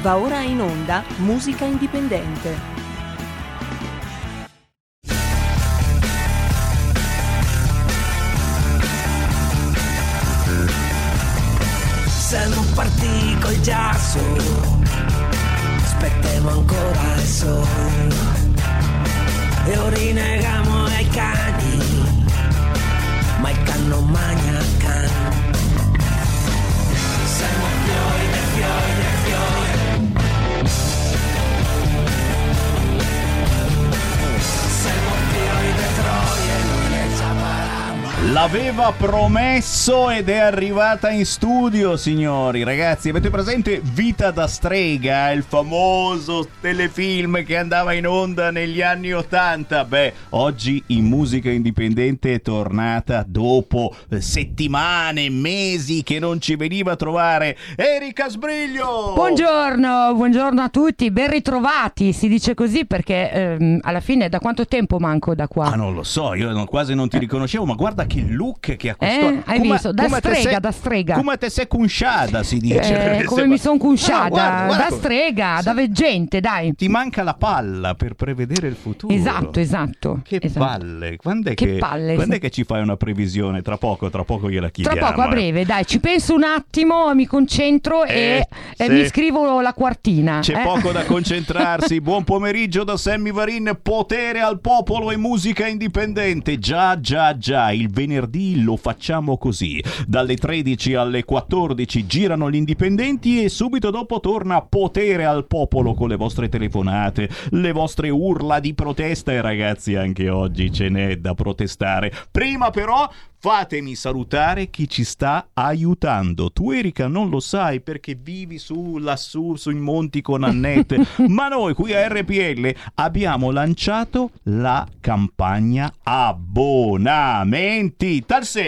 Va ora in onda Musica Indipendente. Siamo partiti col giasso, aspettiamo ancora il sole e orinegamo ai cani, ma il can non magna can. Siamo fiori dei fiori dei fiori, siamo fiori dei troie, noi ne ciaparamo. L'aveva promesso ed è arrivata in studio, signori. Ragazzi, avete presente Vita da strega, il famoso telefilm che andava in onda negli anni '80? Beh, oggi in Musica Indipendente è tornata dopo settimane, mesi che non ci veniva a trovare Erika Sbriglio. Buongiorno a tutti, ben ritrovati, si dice così perché alla fine da quanto tempo manco da qua? Ah, non lo so, io quasi non ti riconoscevo, ma guarda che look che ha questo. Hai visto? Da strega. Come te sei cunciada, si dice. Come mi sono cunciata, guarda da strega, da veggente, dai. Ti manca la palla per prevedere il futuro. Esatto. Che palle. Quando è che ci fai una previsione? Tra poco gliela chiediamo. Tra poco, a breve, dai, ci penso un attimo, mi concentro e mi scrivo la quartina. C'è poco da concentrarsi. Buon pomeriggio da Sammy Varin. Potere al popolo e Musica Indipendente. Già, il venerdì lo facciamo così. Dalle 13 alle 14 girano gli indipendenti e subito dopo torna Potere al popolo con le vostre telefonate, le vostre urla di protesta, e ragazzi anche oggi ce n'è da protestare. Prima però fatemi salutare chi ci sta aiutando. Tu, Erika, non lo sai perché vivi lassù sui monti con Annette, ma noi qui a RPL abbiamo lanciato la campagna abbonamenti.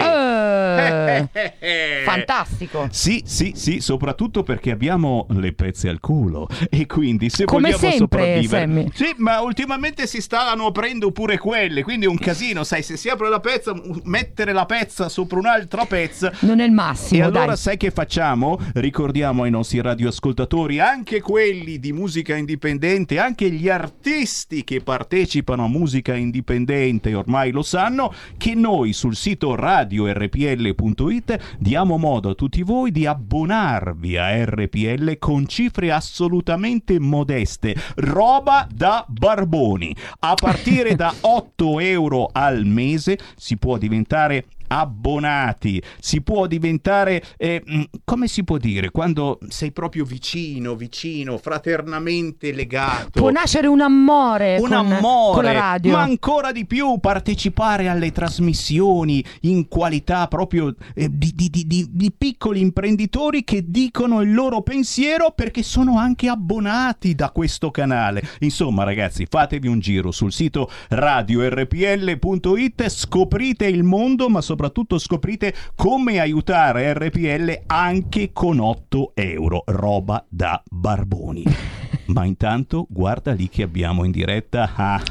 Fantastico. Sì, soprattutto perché abbiamo le pezze al culo e quindi se come vogliamo sempre, sopravvivere. Sammy. Sì, ma ultimamente si stanno aprendo pure quelle, quindi è un casino, sai, se si apre la pezza, mettere la pezza sopra un'altra pezza non è il massimo. E allora dai. sai che facciamo? Ricordiamo ai nostri radioascoltatori, anche quelli di Musica Indipendente, anche gli artisti che partecipano a Musica Indipendente ormai lo sanno, che noi sul sito radiorpl.it diamo modo a tutti voi di abbonarvi a RPL con cifre assolutamente modeste, roba da barboni. A partire da 8 euro al mese si può diventare abbonati, si può diventare come si può dire, quando sei proprio vicino, fraternamente legato, può nascere un amore con la radio, ma ancora di più partecipare alle trasmissioni in qualità proprio di piccoli imprenditori che dicono il loro pensiero perché sono anche abbonati da questo canale. Insomma, ragazzi, fatevi un giro sul sito radiorpl.it, scoprite il mondo, ma soprattutto scoprite come aiutare RPL anche con 8 euro, roba da barboni. Ma intanto guarda lì che abbiamo in diretta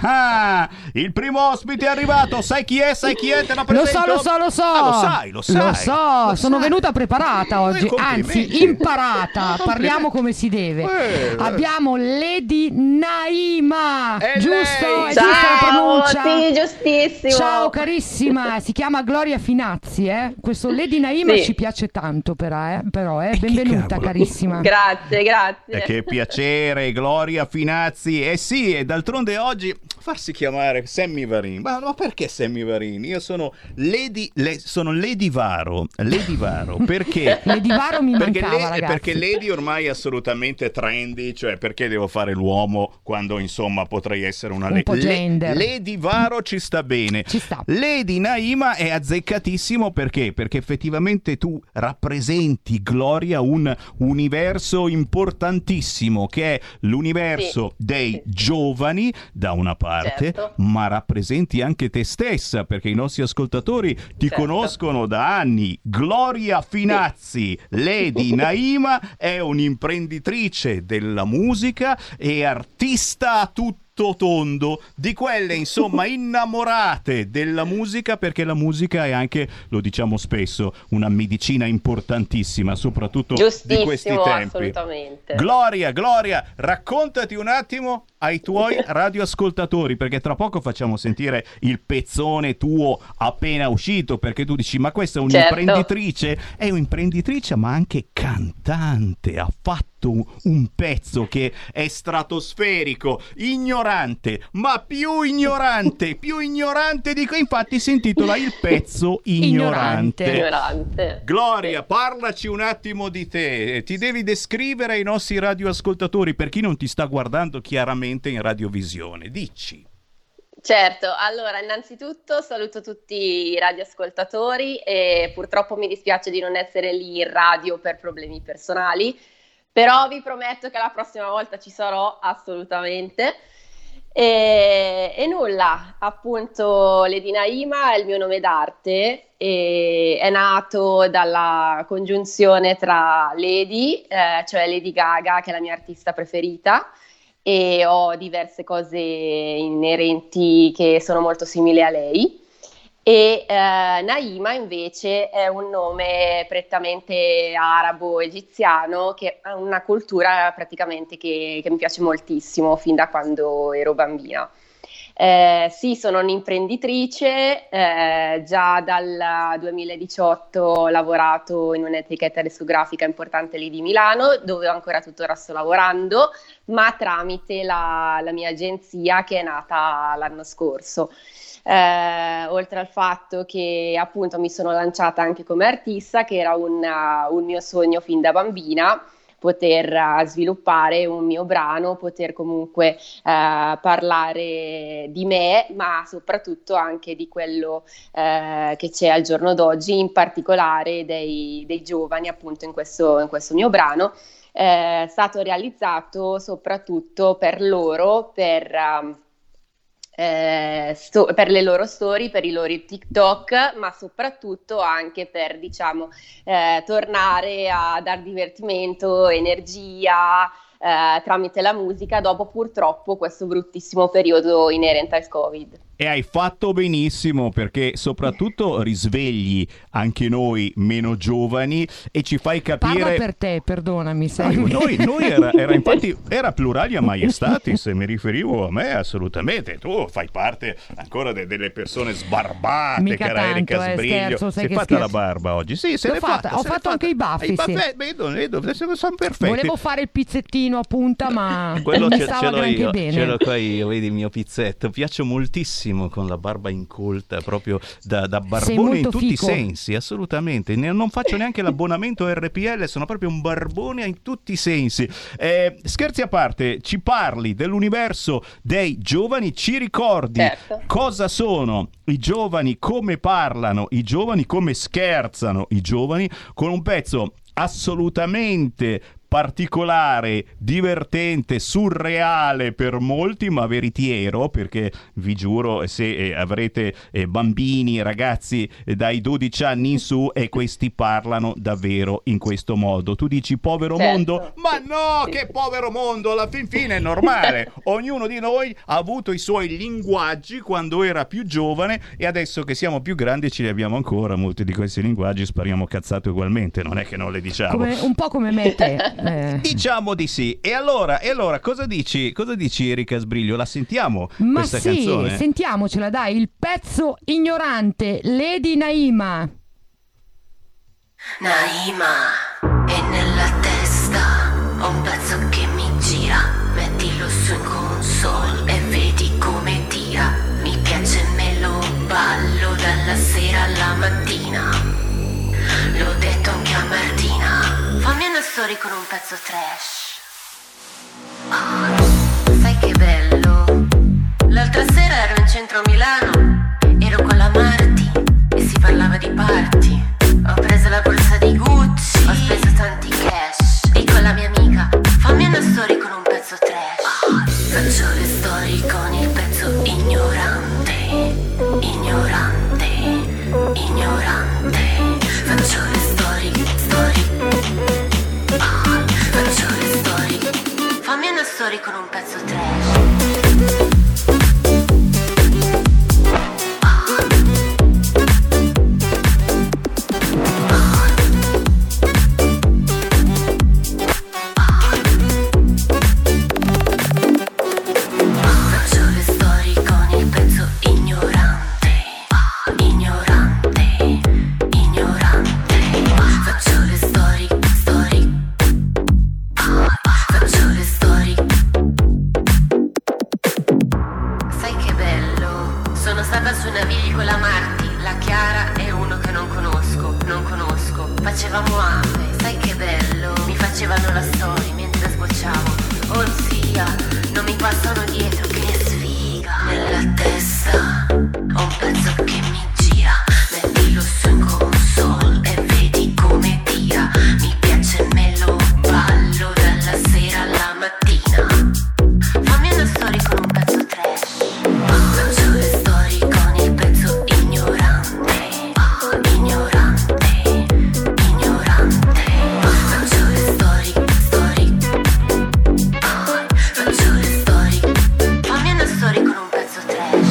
il primo ospite è arrivato. Sai chi è? Te la presento? Lo so. Lo sai. Sono venuta preparata oggi, anzi imparata. Parliamo come si deve. Abbiamo Lady Naima. Giusto? È giusta la pronuncia? Sì, giustissimo. Ciao carissima, si chiama Gloria Finazzi, Questo Lady Naima ci piace tanto però, benvenuta carissima. Grazie. Che piacere, Gloria Finazzi. Sì, e d'altronde oggi farsi chiamare Sammy Varin. Ma perché Sammy Varin? Io sono Lady Varo. Perché? Lady Varo mi mancava, ragazzi. Perché Lady ormai è assolutamente trendy, cioè perché devo fare l'uomo quando insomma potrei essere una un po' gender. Lady Varo ci sta bene. Ci sta. Lady Naima è azzeccatissimo perché effettivamente tu rappresenti, Gloria, un universo importantissimo che è l'universo dei giovani da una parte, certo, ma rappresenti anche te stessa perché i nostri ascoltatori ti conoscono da anni. Gloria Finazzi, Lady Naima, è un'imprenditrice della musica e artista a tutti tutto tondo, di quelle insomma innamorate della musica, perché la musica è anche, lo diciamo spesso, una medicina importantissima, soprattutto di questi tempi. Assolutamente. Gloria, raccontati un attimo ai tuoi radioascoltatori, perché tra poco facciamo sentire il pezzone tuo appena uscito, perché tu dici: ma questa è un'imprenditrice, è un'imprenditrice ma anche cantante, ha fatto un pezzo che è stratosferico, ignorante, ma più ignorante di cui, infatti si intitola Il pezzo ignorante. Gloria, parlaci un attimo di te, ti devi descrivere ai nostri radioascoltatori, per chi non ti sta guardando chiaramente in radiovisione, dici. Certo, allora innanzitutto saluto tutti i radioascoltatori e purtroppo mi dispiace di non essere lì in radio per problemi personali, però vi prometto che la prossima volta ci sarò assolutamente. E nulla, appunto Lady Naima è il mio nome d'arte e è nato dalla congiunzione tra Lady, cioè Lady Gaga, che è la mia artista preferita, e ho diverse cose inerenti che sono molto simili a lei. E Naima invece è un nome prettamente arabo-egiziano, che è una cultura praticamente che mi piace moltissimo fin da quando ero bambina. Sì, sono un'imprenditrice, già dal 2018 ho lavorato in un'etichetta discografica importante lì di Milano, dove ancora tuttora sto lavorando, ma tramite la mia agenzia che è nata l'anno scorso. Oltre al fatto che appunto mi sono lanciata anche come artista, che era un mio sogno fin da bambina, poter sviluppare un mio brano, poter comunque parlare di me, ma soprattutto anche di quello che c'è al giorno d'oggi, in particolare dei giovani appunto in questo mio brano. È stato realizzato soprattutto per loro, per le loro story, per i loro TikTok, ma soprattutto anche per, diciamo, tornare a dar divertimento, energia tramite la musica dopo purtroppo questo bruttissimo periodo inerente al Covid. E hai fatto benissimo, perché soprattutto risvegli anche noi meno giovani e ci fai capire. Parla per te, perdonami. Noi era infatti era pluralia maiestatis, se mi riferivo a me assolutamente. Tu fai parte ancora delle persone sbarbate. Mica cara Erika tanto, Sbriglio. scherzo, si è fatta la barba oggi? Sì, se l'è fatta. Ho fatto anche i baffi. Sì. Vedo, sono perfetti. Volevo fare il pizzettino a punta, ma quello non mi ce stava l'ho granché io, bene. ce l'ho qua io, vedi il mio pizzetto. Piace moltissimo con la barba incolta, proprio da barbone in tutti i sensi, assolutamente. Non faccio neanche l'abbonamento RPL, sono proprio un barbone in tutti i sensi. Scherzi a parte, ci parli dell'universo dei giovani, ci ricordi cosa sono i giovani, come parlano i giovani, come scherzano i giovani, con un pezzo assolutamente particolare, divertente, surreale per molti, ma veritiero, perché vi giuro, se avrete bambini, ragazzi dai 12 anni in su, e questi parlano davvero in questo modo. Tu dici povero mondo? Ma no, che povero mondo, alla fin fine è normale. Ognuno di noi ha avuto i suoi linguaggi quando era più giovane, e adesso che siamo più grandi ce li abbiamo ancora molti di questi linguaggi, spariamo cazzate ugualmente, non è che non le diciamo. Un po' come me te. Diciamo di sì. E allora cosa dici Erika Sbriglio? La sentiamo questa canzone? Sì, sentiamocela, dai, il pezzo ignorante, Lady Naima. Naima, e nella testa ho un pezzo che mi gira, mettilo su in console e vedi come tira. Mi piace, me lo ballo dalla sera alla mattina. L'ho detto anche a Martina, fammi una story con un pezzo trash. Oh, sai che bello, l'altra sera ero in centro a Milano, ero con la Marti e si parlava di party. Ho preso la borsa di Gucci, ho speso tanti cash. Dico alla mia amica, fammi una story con un pezzo trash. Oh, faccio le story con il pezzo ignorante, ignorante, ignorante. Faccio le story, faccio le story. Fammi una story con un pezzo trash. gambe, sai che bello. Mi facevano la storia mentre sbocciavo. Ossia, non mi passano dietro, che sfiga. Nella testa ho un pezzo che mi gira. Mettilo su come un sol e vedi come tira. Mi piace, me lo ballo dalla sera alla mattina. Fammi una storia con un pezzo trash. Faccio le storie con il pezzo ignorante. Ignorante, ignorante. Faccio le storie. Faccio le storie. Fammi una storia con un pezzo trash.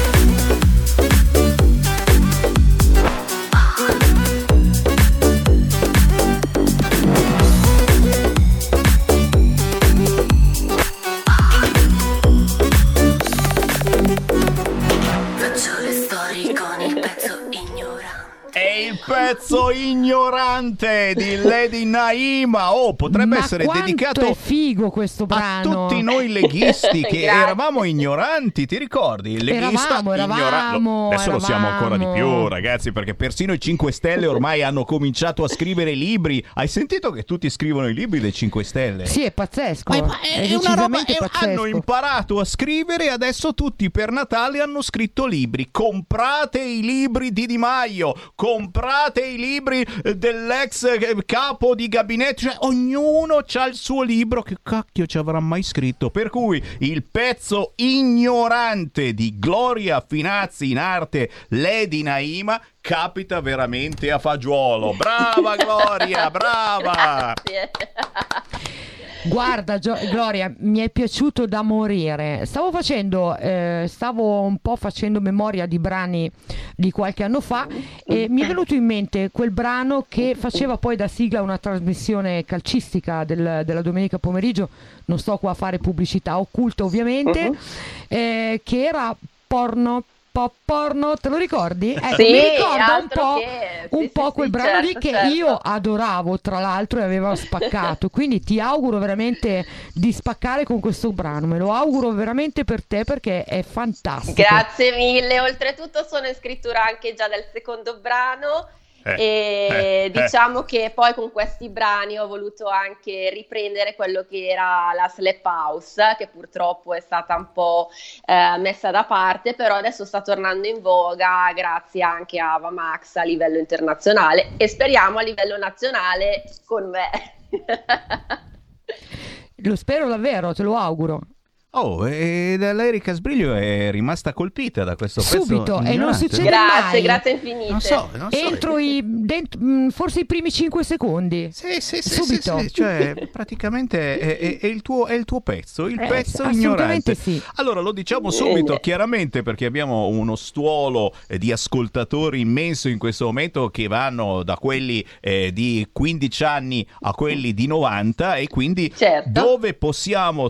Faccio le storie con il pezzo ignorante. È il pezzo ignorante di Lady Naima. Oh, potrebbe essere dedicato è figo questo a brano. tutti noi leghisti che Grazie. eravamo ignoranti, ti ricordi? Il leghista Eravamo. Adesso lo siamo ancora di più, ragazzi, perché persino i 5 Stelle ormai hanno cominciato a scrivere libri. Hai sentito che tutti scrivono i libri dei 5 Stelle? Sì, è pazzesco. Ma è una roba, decisamente pazzesco. hanno imparato a scrivere e adesso tutti per Natale hanno scritto libri. Comprate i libri di Di Maio, comprate i libri dell'ex capo di gabinetto, cioè ognuno c'ha il suo libro. Che cacchio ci avrà mai scritto? Per cui il pezzo ignorante di Gloria Finazzi, in arte Lady Naima, capita veramente a fagiolo. Brava Gloria, brava! Grazie. Guarda Gloria, mi è piaciuto da morire. Stavo un po' facendo memoria di brani di qualche anno fa e mi è venuto in mente quel brano che faceva poi da sigla una trasmissione calcistica della domenica pomeriggio, non sto qua a fare pubblicità occulta ovviamente, che era porno, te lo ricordi? Sì, mi ricorda altro un po' quel brano lì certo, che certo. io adoravo, tra l'altro, e aveva spaccato. Quindi ti auguro veramente di spaccare con questo brano, me lo auguro veramente per te perché è fantastico. Grazie mille, oltretutto sono in scrittura anche già del secondo brano e diciamo che poi con questi brani ho voluto anche riprendere quello che era la slap house, che purtroppo è stata un po' messa da parte, però adesso sta tornando in voga grazie anche a Ava Max a livello internazionale e speriamo a livello nazionale con me. Lo spero davvero, te lo auguro. Oh, e l'Erika Sbriglio è rimasta colpita da questo pezzo Subito, e non ignorante. succede mai. Grazie infinite. Non so. Entro forse i primi 5 secondi. Sì, Subito. sì, cioè praticamente è il tuo pezzo, il pezzo assolutamente ignorante. sì. Allora lo diciamo subito, chiaramente, perché abbiamo uno stuolo di ascoltatori immenso in questo momento che vanno da quelli di 15 anni a quelli di 90 e quindi Certo. dove possiamo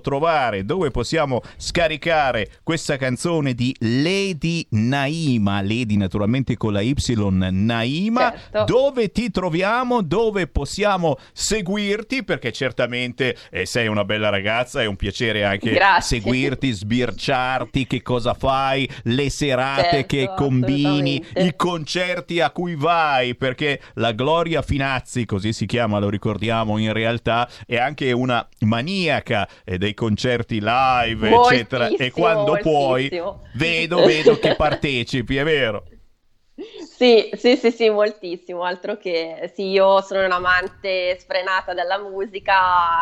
scaricare questa canzone di Lady Naima, Lady naturalmente con la Y, Naima, Certo. dove ti troviamo, dove possiamo seguirti, perché certamente sei una bella ragazza, è un piacere anche Grazie. seguirti, sbirciarti, che cosa fai, le serate Certo, che combini, assolutamente. i concerti a cui vai, perché la Gloria Finazzi, così si chiama, lo ricordiamo in realtà, è anche una maniaca dei concerti live, eccetera, e quando moltissimo. puoi vedo che partecipi, è vero? Sì, moltissimo, altro che sì, io sono un'amante sfrenata della musica,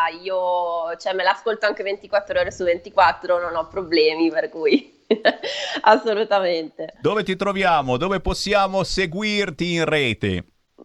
me l'ascolto anche 24 ore su 24, non ho problemi, per cui assolutamente. Dove ti troviamo? Dove possiamo seguirti in rete?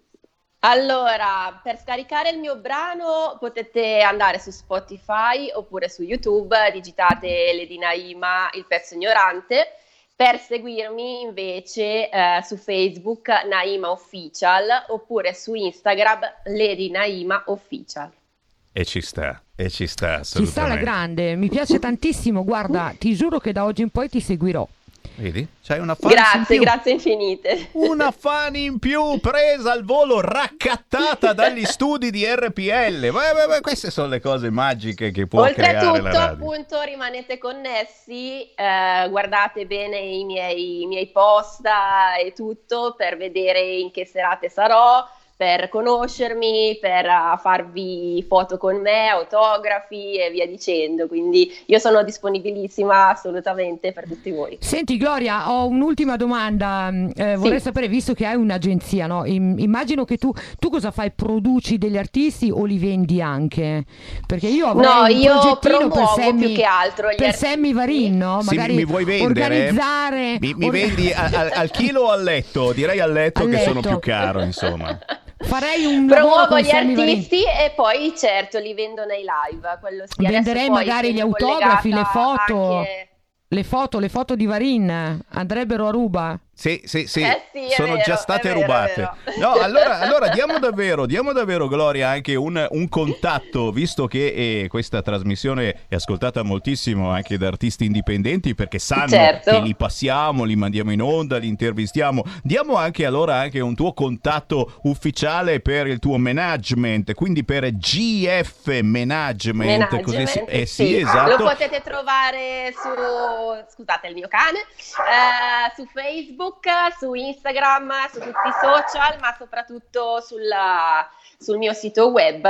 Allora, per scaricare il mio brano potete andare su Spotify oppure su YouTube, digitate Lady Naima, il pezzo ignorante. Per seguirmi invece su Facebook Naima Official oppure su Instagram Lady Naima Official. E ci sta assolutamente. Ci sta alla grande, mi piace tantissimo, guarda, ti giuro che da oggi in poi ti seguirò. Vedi? C'hai una fan in più. Grazie infinite. Una fan in più presa al volo, raccattata dagli studi di RPL. Ma queste sono le cose magiche che può creare la Oltretutto, radio. appunto, rimanete connessi, guardate bene i miei post e tutto per vedere in che serate sarò. per conoscermi, per farvi foto con me, autografi e via dicendo, quindi io sono disponibilissima assolutamente per tutti voi. Senti Gloria, ho un'ultima domanda, vorrei sapere, visto che hai un'agenzia, no? Immagino che tu cosa fai? Produci degli artisti o li vendi anche? Perché io avrei un progettino per più che altro gli artisti. Sammy Varin, no? Sì, Magari mi vuoi vendere? organizzare... Mi vendi al chilo o al letto? Direi al letto, Al che letto. sono più caro, insomma. Farei un lavoro Promuovo con gli Sammy Varin. artisti e poi certo li vendo nei live. Quello sì. Venderei Adesso poi magari gli sono autografi, le collegata foto. anche- Le foto di Varin andrebbero a ruba. Sì, sì, sono è già vero, state è vero, rubate. è vero. No, allora diamo davvero, Gloria, anche un contatto, visto che questa trasmissione è ascoltata moltissimo anche da artisti indipendenti, perché sanno Certo. che li passiamo, li mandiamo in onda, li intervistiamo. Diamo anche un tuo contatto ufficiale per il tuo management, quindi per GF Management. Così sì, sì. esatto. Lo potete trovare scusate il mio cane, su Facebook, su Instagram, su tutti i social, ma soprattutto sul mio sito web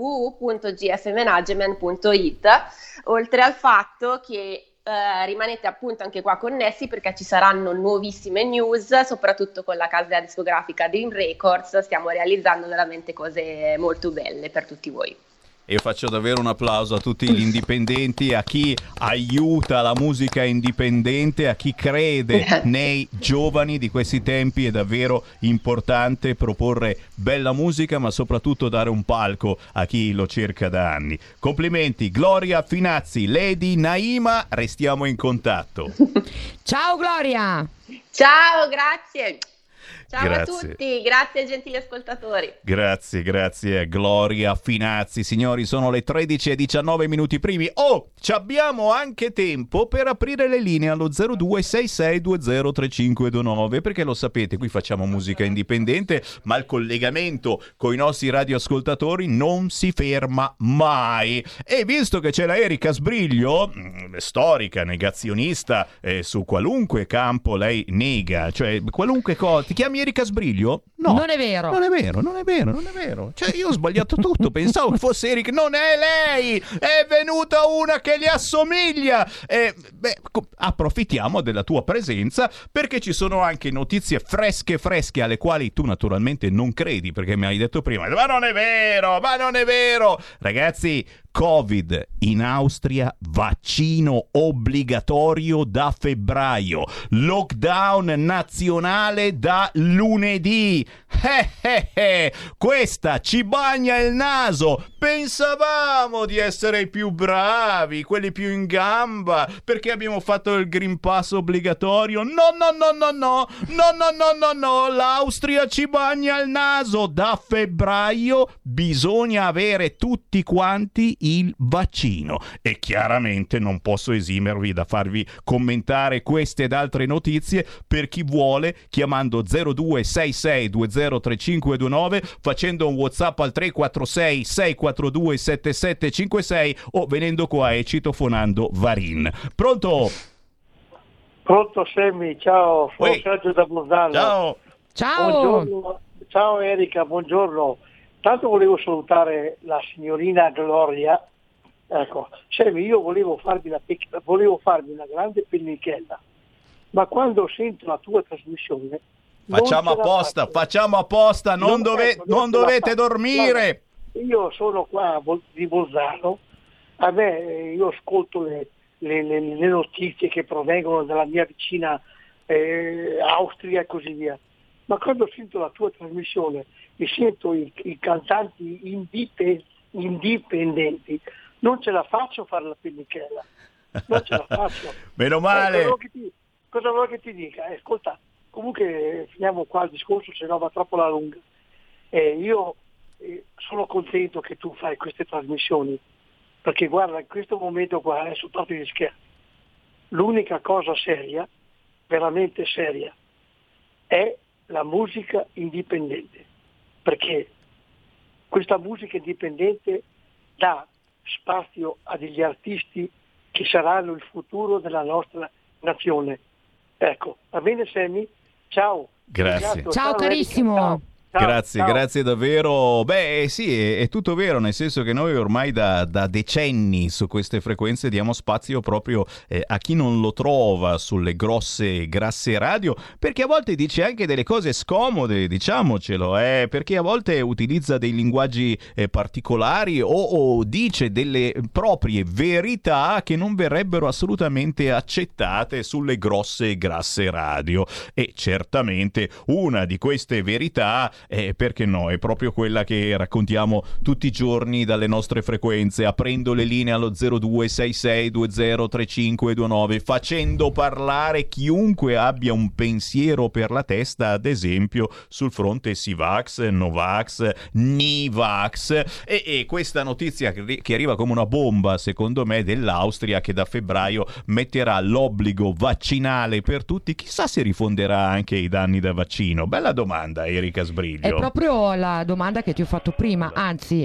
www.gfmanagement.it, oltre al fatto che rimanete appunto anche qua connessi, perché ci saranno nuovissime news, soprattutto con la casa discografica Dream Records. Stiamo realizzando veramente cose molto belle per tutti voi. Io faccio davvero un applauso a tutti gli indipendenti, a chi aiuta la musica indipendente, a chi crede nei giovani di questi tempi. È davvero importante proporre bella musica, ma soprattutto dare un palco a chi lo cerca da anni. Complimenti, Gloria Finazzi, Lady Naima, restiamo in contatto. Ciao Gloria! Ciao, grazie. Ciao Grazie. a tutti, grazie gentili ascoltatori. Grazie Gloria Finazzi. Signori, sono le 13:19 primi. Ci abbiamo anche tempo per aprire le linee allo 0266203529, perché lo sapete, qui facciamo musica indipendente, ma il collegamento con i nostri radioascoltatori non si ferma mai. E visto che c'è la Erika Sbriglio, storica, negazionista, su qualunque campo lei nega, cioè qualunque cosa. Ti chiami Erika Sbriglio? No. Non è vero. Non è vero. Cioè, io ho sbagliato tutto, pensavo che fosse Erika. Non è lei! È venuta una che gli assomiglia! Approfittiamo della tua presenza, perché ci sono anche notizie fresche alle quali tu naturalmente non credi, perché mi hai detto prima, ma non è vero! Ragazzi, Covid in Austria, vaccino obbligatorio da febbraio, lockdown nazionale da lunedì. Questa ci bagna il naso. Pensavamo di essere i più bravi, quelli più in gamba, perché abbiamo fatto il Green Pass obbligatorio. No, l'Austria ci bagna il naso. Da febbraio bisogna avere tutti quanti il vaccino, e chiaramente non posso esimervi da farvi commentare queste ed altre notizie, per chi vuole, chiamando 0266203529, facendo un WhatsApp al 346 642 7756 o venendo qua e citofonando Varin. Pronto Sammy, ciao, sono Sergio da Bolzano. Ciao. Buongiorno. Ciao Erika, buongiorno. Tanto volevo salutare la signorina Gloria. Ecco, Sammy, io volevo farmi una grande pellichella, ma quando sento la tua trasmissione facciamo apposta, non dovete dormire. Guarda, io sono qua di Bolzano, io ascolto le notizie che provengono dalla mia vicina Austria e così via, ma quando sento la tua trasmissione e sento i cantanti indipendenti, non ce la faccio fare la pellichella, non ce la faccio. Meno male. Cosa vuoi che ti dica? Ascolta, comunque finiamo qua il discorso, se no va troppo alla lunga. Io sono contento che tu fai queste trasmissioni, perché guarda, in questo momento qua è soltanto gli scherzi. L'unica cosa seria, veramente seria, è la musica indipendente, perché questa musica indipendente dà spazio a degli artisti che saranno il futuro della nostra nazione. Ecco, va bene Sammy? Ciao. Grazie. Ciao carissimo. Ciao. Ciao, Grazie, ciao. grazie davvero. Beh, sì, è tutto vero, nel senso che noi ormai da decenni su queste frequenze diamo spazio proprio a chi non lo trova sulle grosse, grasse radio, perché a volte dice anche delle cose scomode, diciamocelo, perché a volte utilizza dei linguaggi particolari o dice delle proprie verità che non verrebbero assolutamente accettate sulle grosse, grasse radio. E certamente una di queste verità, perché no, è proprio quella che raccontiamo tutti i giorni dalle nostre frequenze, aprendo le linee allo 0266203529, facendo parlare chiunque abbia un pensiero per la testa, ad esempio sul fronte Sivax, Novax, Nivax, e questa notizia che arriva come una bomba, secondo me, dell'Austria, che da febbraio metterà l'obbligo vaccinale per tutti. Chissà se rifonderà anche i danni da vaccino. Bella domanda, Erika Sbriglio. È proprio la domanda che ti ho fatto prima, anzi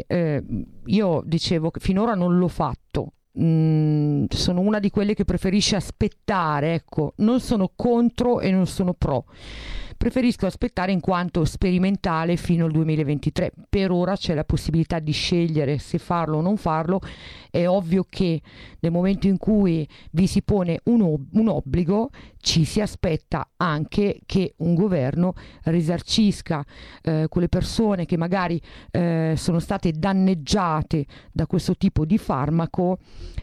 io dicevo che finora non l'ho fatto. Sono una di quelle che preferisce aspettare, ecco, non sono contro e non sono pro. Preferisco aspettare in quanto sperimentale fino al 2023. Per ora c'è la possibilità di scegliere se farlo o non farlo. È ovvio che nel momento in cui vi si pone un obbligo, ci si aspetta anche che un governo risarcisca quelle persone che magari sono state danneggiate da questo tipo di farmaco.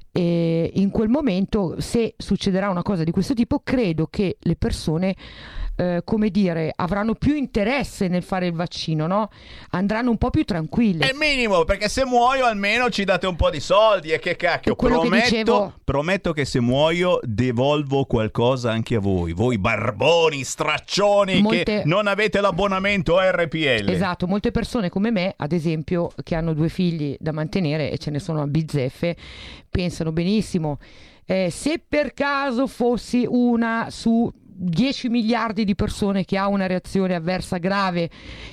E in quel momento, se succederà una cosa di questo tipo, credo che le persone come dire, avranno più interesse nel fare il vaccino, no? Andranno un po' più tranquille. È il minimo, perché se muoio almeno ci date un po' di soldi. E che cacchio, prometto che se muoio devolvo qualcosa anche a voi barboni, straccioni, che non avete l'abbonamento a RPL. Esatto, molte persone come me, ad esempio, che hanno 2 figli da mantenere, e ce ne sono a bizzeffe, pensano benissimo, se per caso fossi una su 10 miliardi di persone che ha una reazione avversa grave,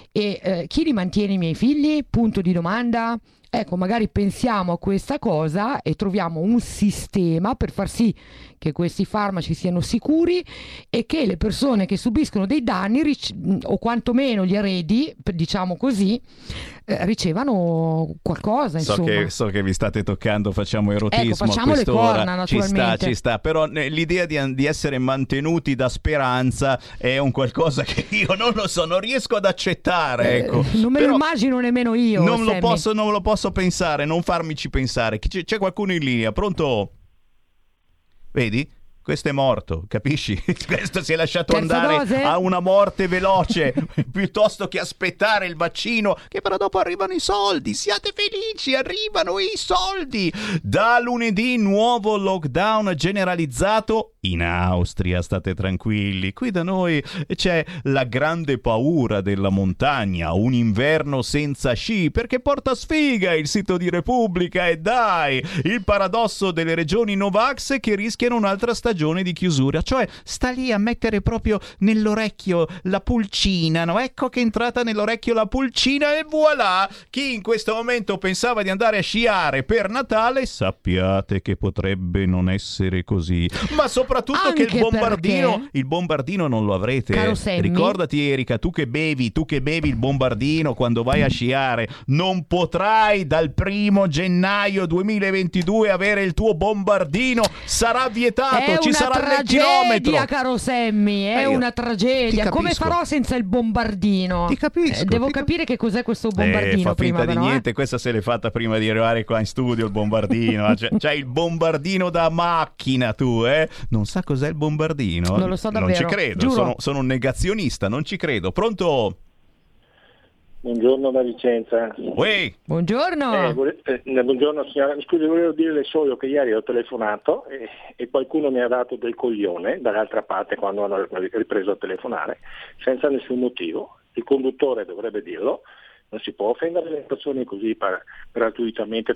e chi li mantiene i miei figli? Punto di domanda. Ecco, magari pensiamo a questa cosa e troviamo un sistema per far sì che questi farmaci siano sicuri e che le persone che subiscono dei danni o quantomeno gli eredi, diciamo così, ricevano qualcosa, insomma. So che vi state toccando, facciamo erotismo, ecco, facciamo a quest'ora. le corna, naturalmente. Ci sta, però l'idea di essere mantenuti da speranza è un qualcosa che io non lo so, non riesco ad accettare, ecco. Non me lo immagino nemmeno io. Non lo posso pensare, non farmici pensare. C'è qualcuno in linea, pronto? Vedi? Questo è morto, capisci? Questo si è lasciato andare a una morte veloce piuttosto che aspettare il vaccino, che però dopo arrivano i soldi. Siate felici, arrivano i soldi. Da lunedì nuovo lockdown generalizzato in Austria, state tranquilli. Qui da noi c'è la grande paura della montagna, un inverno senza sci, perché porta sfiga il sito di Repubblica. E dai, il paradosso delle regioni Novax che rischiano un'altra stagione di chiusura, cioè sta lì a mettere proprio nell'orecchio la pulcina, no? Ecco che è entrata nell'orecchio la pulcina e voilà, chi in questo momento pensava di andare a sciare per Natale, sappiate che potrebbe non essere così, ma soprattutto anche che il bombardino non lo avrete. Caro Sammy, ricordati Erika, tu che bevi il bombardino quando vai a sciare, non potrai dal 1 gennaio 2022 avere il tuo bombardino, sarà vietato, ci sarà il chilometro. Caro Sammy, è una tragedia. Come farò senza il bombardino? Ti capisco. Devo capire che cos'è questo bombardino. Fa prima, finta però, di niente, questa se l'è fatta prima di arrivare qua in studio il bombardino. C'hai il bombardino da macchina tu, Non sa cos'è il bombardino? Non lo so davvero. Non ci credo, sono un negazionista, non ci credo. Pronto? Buongiorno da Vicenza. Uè. Buongiorno. Buongiorno signora, scusi, volevo dirle solo che ieri ho telefonato e qualcuno mi ha dato del coglione dall'altra parte quando hanno ripreso a telefonare, senza nessun motivo. Il conduttore dovrebbe dirlo. Non si può offendere le persone così gratuitamente.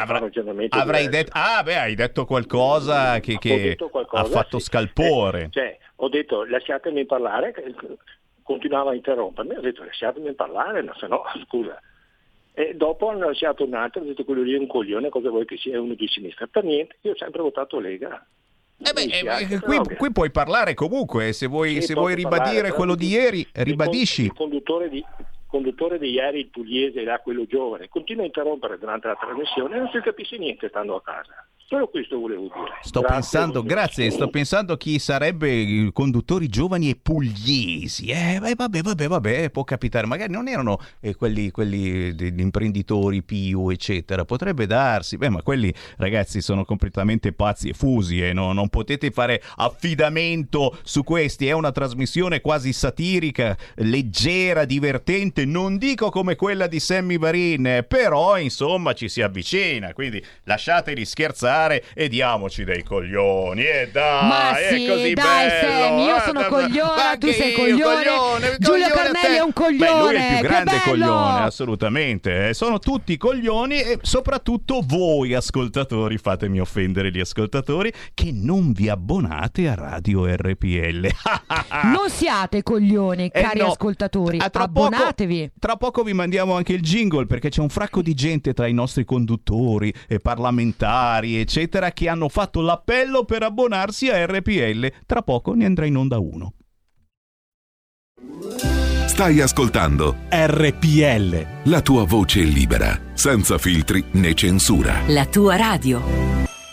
Hai detto qualcosa che ha fatto scalpore. Ho detto lasciatemi parlare. Continuava a interrompermi, ho detto lasciatemi parlare, no, se no, scusa. E dopo hanno lasciato un altro, ho detto quello lì è un coglione, cosa vuoi che sia, è uno di sinistra. Per niente, io ho sempre votato Lega. Qui puoi parlare comunque, se vuoi ribadire quello di ieri, ribadisci. Il conduttore di ieri, il pugliese, là, quello giovane, continua a interrompere durante la trasmissione e non si capisce niente stando a casa. Solo questo volevo dire. Sto pensando chi sarebbe i conduttori giovani e pugliesi. Vabbè, può capitare. Magari non erano quelli degli imprenditori più, eccetera. Potrebbe darsi. Ma quelli, ragazzi, sono completamente pazzi e fusi e non potete fare affidamento su questi. È una trasmissione quasi satirica, leggera, divertente. Non dico come quella di Sammy Varin, però, insomma, ci si avvicina. Quindi lasciateli scherzare e diamoci dei coglioni. Dai, ma sì, è così dai, bello. Sammy, io sono coglione, tu sei coglione. Giulio Carnelli è un coglione. Beh, lui è il più grande che bello! coglione, assolutamente. Sono tutti coglioni e soprattutto voi ascoltatori, fatemi offendere gli ascoltatori, che non vi abbonate a Radio RPL. Non siate coglioni, cari ascoltatori, abbonatevi. Tra poco vi mandiamo anche il jingle, perché c'è un fracco di gente tra i nostri conduttori e parlamentari, eccetera, che hanno fatto l'appello per abbonarsi a RPL. Tra poco ne andrà in onda uno. Stai ascoltando RPL, la tua voce libera, senza filtri né censura. La tua radio.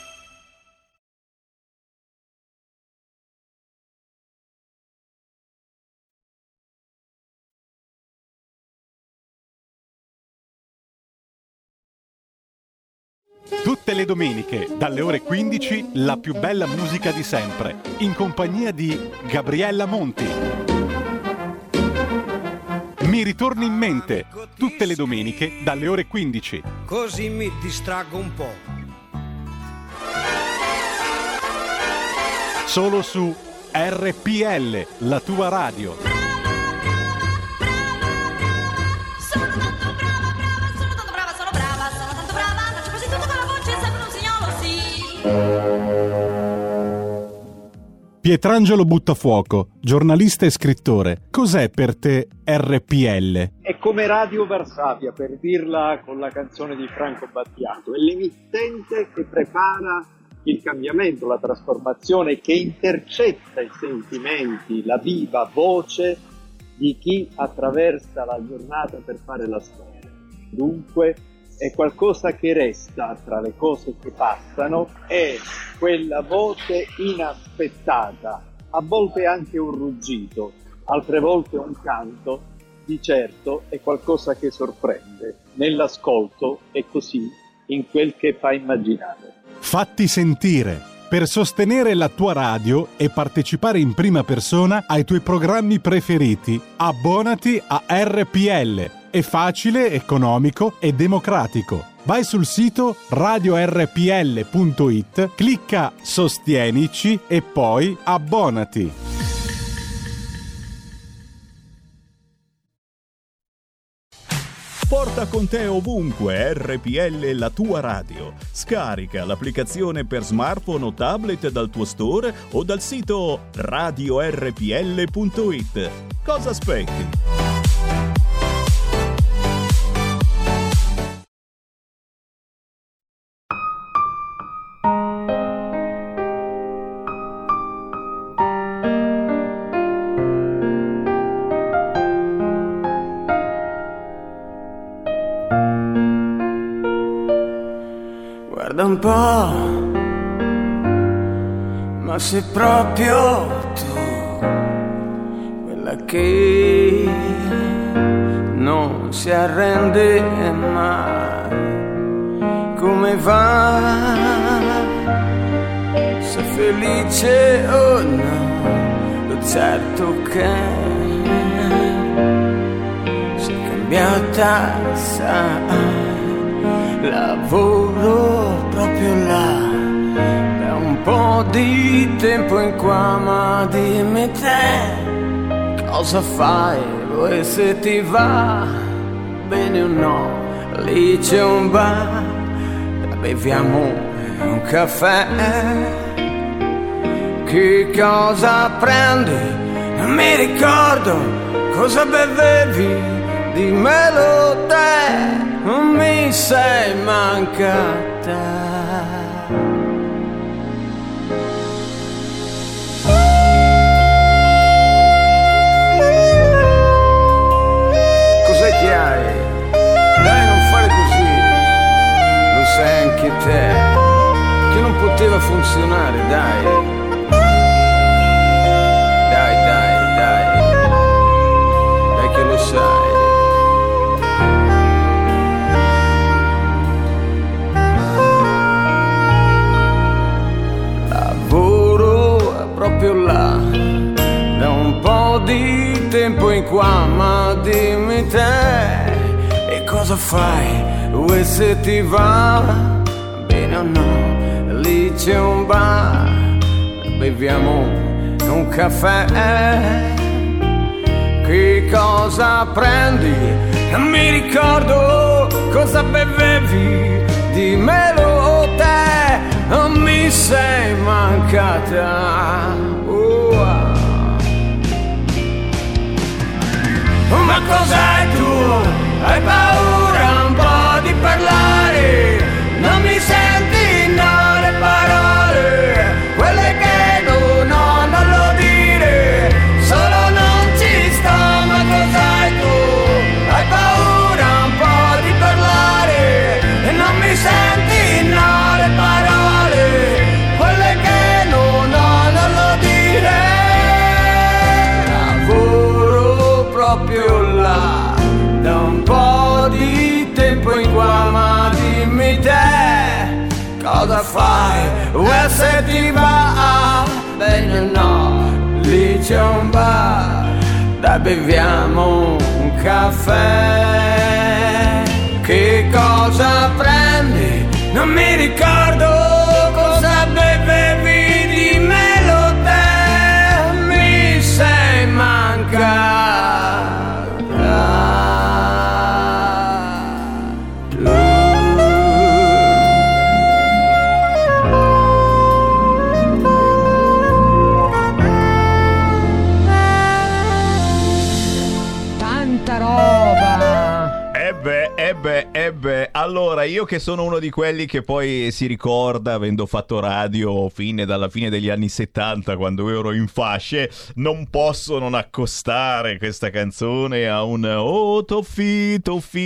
Tutte le domeniche, dalle ore 15, la più bella musica di sempre, in compagnia di Gabriella Monti. Mi ritorni in mente, tutte le domeniche, dalle ore 15. Così mi distraggo un po'. Solo su RPL, la tua radio. Pietrangelo Buttafuoco, giornalista e scrittore. Cos'è per te RPL? È come Radio Varsavia, per dirla con la canzone di Franco Battiato. È l'emittente che prepara il cambiamento, la trasformazione, che intercetta i sentimenti, la viva voce di chi attraversa la giornata per fare la storia. Dunque è qualcosa che resta tra le cose che passano, è quella voce inaspettata, a volte anche un ruggito, altre volte un canto, di certo è qualcosa che sorprende nell'ascolto e così in quel che fa immaginare. Fatti sentire, per sostenere la tua radio e partecipare in prima persona ai tuoi programmi preferiti. Abbonati a RPL. È facile, economico e democratico. Vai sul sito radiorpl.it, clicca Sostienici e poi abbonati. Porta con te ovunque RPL, la tua radio. Scarica l'applicazione per smartphone o tablet dal tuo store o dal sito radiorpl.it. Cosa aspetti? Guarda un po', ma sei proprio tu quella che non si arrende mai. Come va? Sei felice o no? Lo certo che sei cambiata, sai. Lavoro proprio là da un po' di tempo in qua, ma dimmi te cosa fai e se ti va bene o no. Lì c'è un bar, beviamo un caffè. Che cosa prendi? Non mi ricordo cosa bevevi, dimmelo te. Non mi sei mancata. Cos'è deve funzionare, dai. Dai che lo sai. Lavoro proprio là, da un po' di tempo in qua, ma dimmi te, e cosa fai? Vuoi se ti va bene o no? Lì c'è un bar, beviamo un caffè. Che cosa prendi? Non mi ricordo cosa bevevi, dimmelo te, non mi sei mancata. Ma cos'hai tu? Hai paura un po' di parlare? Non mi senti, no, le parole, quelle che non ho, non lo dire, solo non ci sto. Ma cos'hai tu? Hai paura un po' di parlare e non mi senti, no, le parole, quelle che non ho, non lo dire. Lavoro proprio là, da un po' di tempo in qua, ma dimmi te, cosa fai? Se ti va bene o no? Lì c'è un bar, dai beviamo un caffè. Che cosa prendi? Non mi ricordo cosa bevevi, dimmelo te, mi sei mancata. Allora, io che sono uno di quelli che poi si ricorda, avendo fatto radio dalla fine degli anni 70, quando ero in fasce, non posso non accostare questa canzone a un Toffi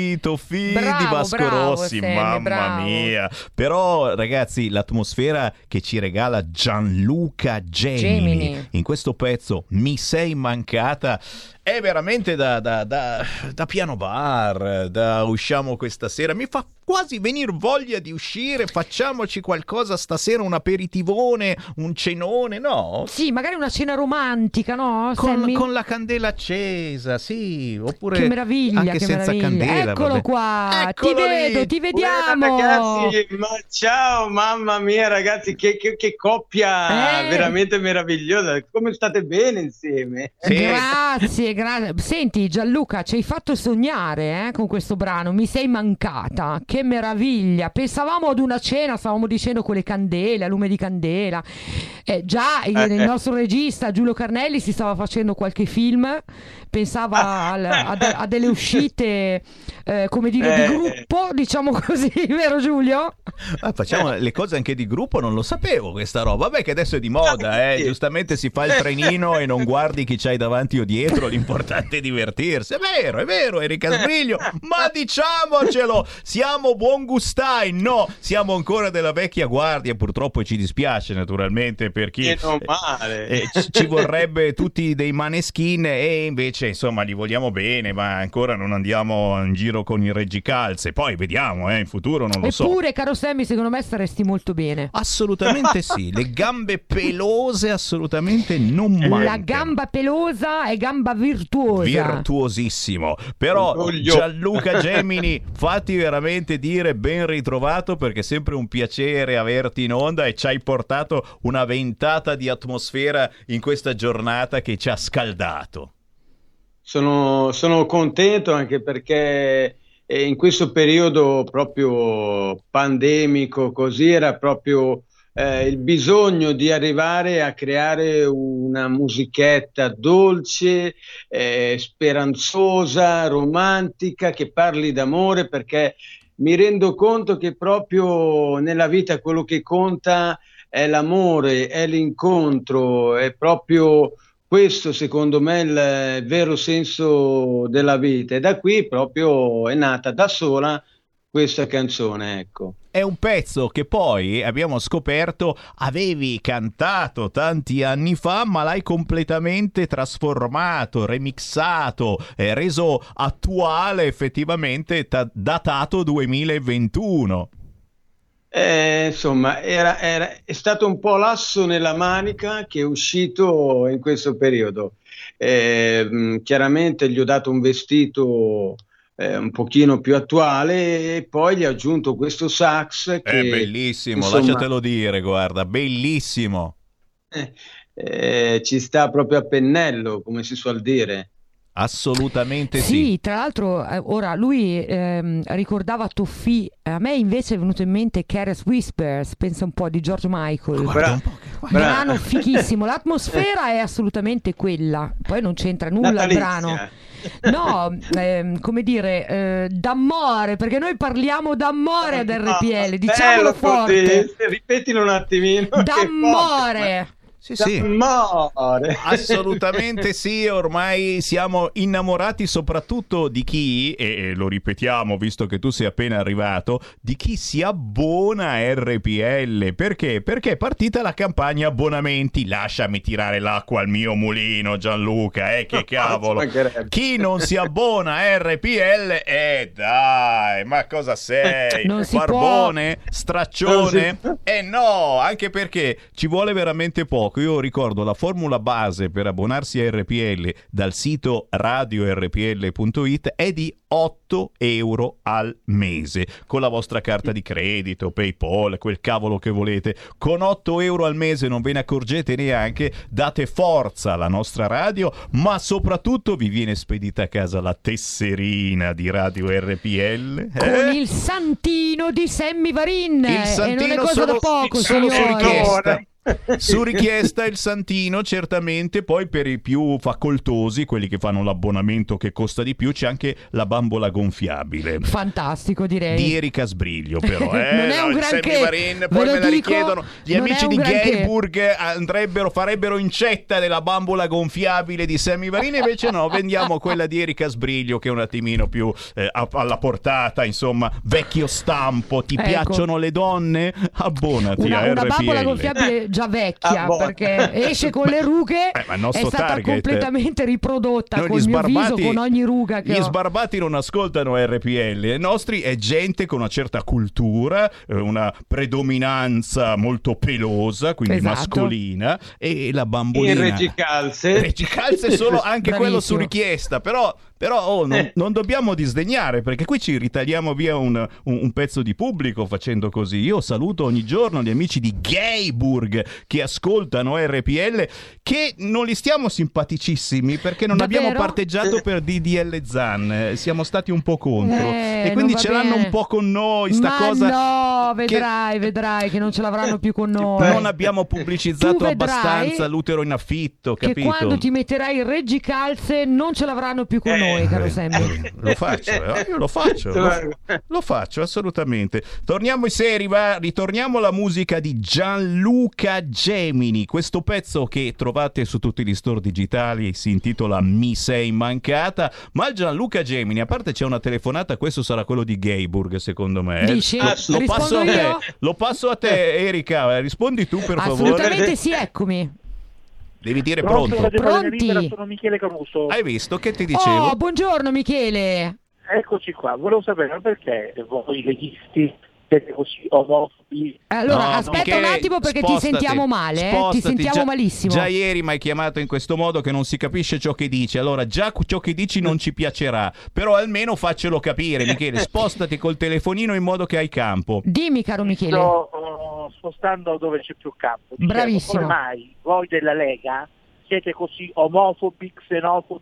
di Vasco Rossi, Sammy, mamma bravo. mia. Però ragazzi, l'atmosfera che ci regala Gianluca Gemini in questo pezzo, Mi sei mancata, è veramente da piano bar, da usciamo questa sera. Mi fa quasi venir voglia di uscire, facciamoci qualcosa stasera, un aperitivone, un cenone, no? Sì, magari una cena romantica, no? Sammy? Con la candela accesa, sì, oppure Che meraviglia, anche che senza meraviglia. candela. Eccolo vabbè. qua, Eccolo ti lì. vedo, ti vediamo. Ragazzi, ma ciao, mamma mia ragazzi, che coppia veramente meravigliosa, come state bene insieme? Grazie. Senti Gianluca, ci hai fatto sognare con questo brano, Mi sei mancata, che meraviglia. Pensavamo ad una cena, stavamo dicendo con le candele, a lume di candela. Già il nostro regista Giulio Carnelli si stava facendo qualche film, pensava a delle uscite come dire di gruppo, diciamo così, vero Giulio? Facciamo le cose anche di gruppo, non lo sapevo questa roba. Vabbè, che adesso è di moda, giustamente si fa il trenino e non guardi chi c'hai davanti o dietro, l'importante è divertirsi. È vero, Erika Sbriglio, ma diciamocelo, siamo buon gustai, no, siamo ancora della vecchia guardia, purtroppo ci dispiace naturalmente per chi ci vorrebbe tutti dei Maneskin, e invece insomma li vogliamo bene, ma ancora non andiamo in giro con i reggicalze. Poi vediamo, in futuro non lo so. Eppure, caro Sammy, secondo me staresti molto bene. Assolutamente sì, le gambe pelose assolutamente non mancano. La gamba pelosa è gamba virtuosa. Virtuosissimo. Però Gianluca Gemini, fatti veramente dire ben ritrovato, perché è sempre un piacere averti in onda e ci hai portato una ventata di atmosfera in questa giornata che ci ha scaldato. Sono contento anche perché in questo periodo proprio pandemico così era proprio il bisogno di arrivare a creare una musichetta dolce, speranzosa, romantica, che parli d'amore, perché mi rendo conto che proprio nella vita quello che conta è l'amore, è l'incontro, è proprio questo secondo me il vero senso della vita, e da qui proprio è nata da sola questa canzone, ecco. È un pezzo che poi abbiamo scoperto avevi cantato tanti anni fa, ma l'hai completamente trasformato, remixato, reso attuale, effettivamente datato 2021. Insomma, è stato un po' l'asso nella manica che è uscito in questo periodo. Chiaramente gli ho dato un vestito un pochino più attuale e poi gli ho aggiunto questo sax che è bellissimo, insomma, lasciatelo dire, guarda, bellissimo. Ci sta proprio a pennello, come si suol dire. Assolutamente sì. Sì, tra l'altro ora lui ricordava Toffì, a me invece è venuto in mente Careless Whispers, pensa un po', di George Michael. Brano fichissimo, l'atmosfera è assolutamente quella, poi non c'entra nulla il brano. No, come dire, d'amore, perché noi parliamo d'amore ad RPL, diciamolo forte. Ripetilo un attimino. D'amore. Sì. Assolutamente sì, ormai siamo innamorati soprattutto di chi, e lo ripetiamo visto che tu sei appena arrivato, di chi si abbona a RPL. Perché? Perché è partita la campagna abbonamenti. Lasciami tirare l'acqua al mio mulino, Gianluca, che cavolo. Chi non si abbona a RPL, dai, ma cosa sei? Barbone? Straccione? No, anche perché ci vuole veramente poco. Io ricordo la formula base per abbonarsi a RPL dal sito radiorpl.it è di 8 euro al mese, con la vostra carta di credito, PayPal, quel cavolo che volete. Con 8 euro al mese non ve ne accorgete neanche, date forza alla nostra radio, ma soprattutto vi viene spedita a casa la tesserina di Radio RPL con il santino di Sammy Varin, il santino e non è cosa da poco, solo signore. su richiesta. Su richiesta il santino, certamente. Poi per i più facoltosi, quelli che fanno l'abbonamento che costa di più, c'è anche la bambola gonfiabile, fantastico, direi, di Erika Sbriglio, però non è un granché, Varin, poi me la richiedono gli amici di Gayburg, farebbero incetta della bambola gonfiabile di Sammy Varin, invece no, vendiamo quella di Erika Sbriglio, che è un attimino più alla portata, insomma, vecchio stampo. Ti piacciono le donne? Abbonati a RPL. Una bambola gonfiabile già vecchia, perché esce con le rughe, ma il è stata target, completamente riprodotta con il mio viso, con ogni ruga che gli ho. Sbarbati non ascoltano RPL, i nostri è gente con una certa cultura, una predominanza molto pelosa, quindi mascolina, e la bambolina il reggicalze solo anche quello su richiesta, però non dobbiamo disdegnare, perché qui ci ritagliamo via un pezzo di pubblico facendo così. Io saluto ogni giorno gli amici di Gayburg che ascoltano RPL, che non li stiamo simpaticissimi perché non abbiamo parteggiato per DDL Zan, siamo stati un po' contro e quindi ce l'hanno un po' con noi sta cosa. No, vedrai che non ce l'avranno più con noi. Non abbiamo pubblicizzato abbastanza l'utero in affitto, capito? Che quando ti metterai il reggicalze non ce l'avranno più con noi, caro Sammy. Lo faccio, io lo faccio assolutamente. Torniamo in serie, ritorniamo alla musica di Gianluca Gemini. Questo pezzo che trovate su tutti gli store digitali si intitola Mi sei mancata, ma il Gianluca Gemini, a parte c'è una telefonata, questo sarà quello di Gayburg secondo me. Dici? Lo passo a te, Erika, rispondi tu per favore. Assolutamente sì, eccomi. Devi dire pronto. Pronti? Sono Michele Caruso. Hai visto che ti dicevo? Buongiorno Michele. Eccoci qua, volevo sapere perché voi leghisti siete così omofobi. Allora, aspetta Michele, un attimo perché ti sentiamo male, ti sentiamo malissimo. Già ieri mi hai chiamato in questo modo che non si capisce ciò che dici. Allora, già ciò che dici non ci piacerà, però almeno faccelo capire, Michele. Spostati col telefonino in modo che hai campo. Dimmi, caro Michele. Sto spostando dove c'è più campo. Bravissimo. Ormai voi della Lega siete così omofobi, xenofobi.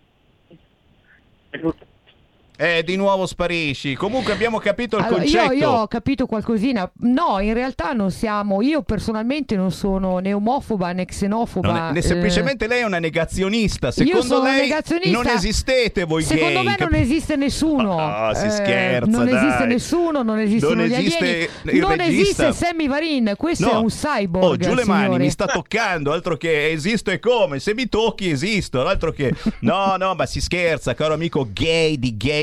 Di nuovo sparisci. Comunque abbiamo capito il concetto. Io ho capito qualcosina. No, in realtà non siamo. Io personalmente non sono né omofoba né xenofoba. Semplicemente lei è una negazionista. Secondo lei non esistete voi gay. Secondo me non esiste nessuno. No, si scherza. Non dai. esiste nessuno, non esistono gli alieni. Non esiste Sammy Varin. Questo è un cyborg. Giù le signori. mani, mi sta toccando. Altro che esisto e come. Se mi tocchi esisto. Altro che no, ma si scherza, caro amico gay di gay.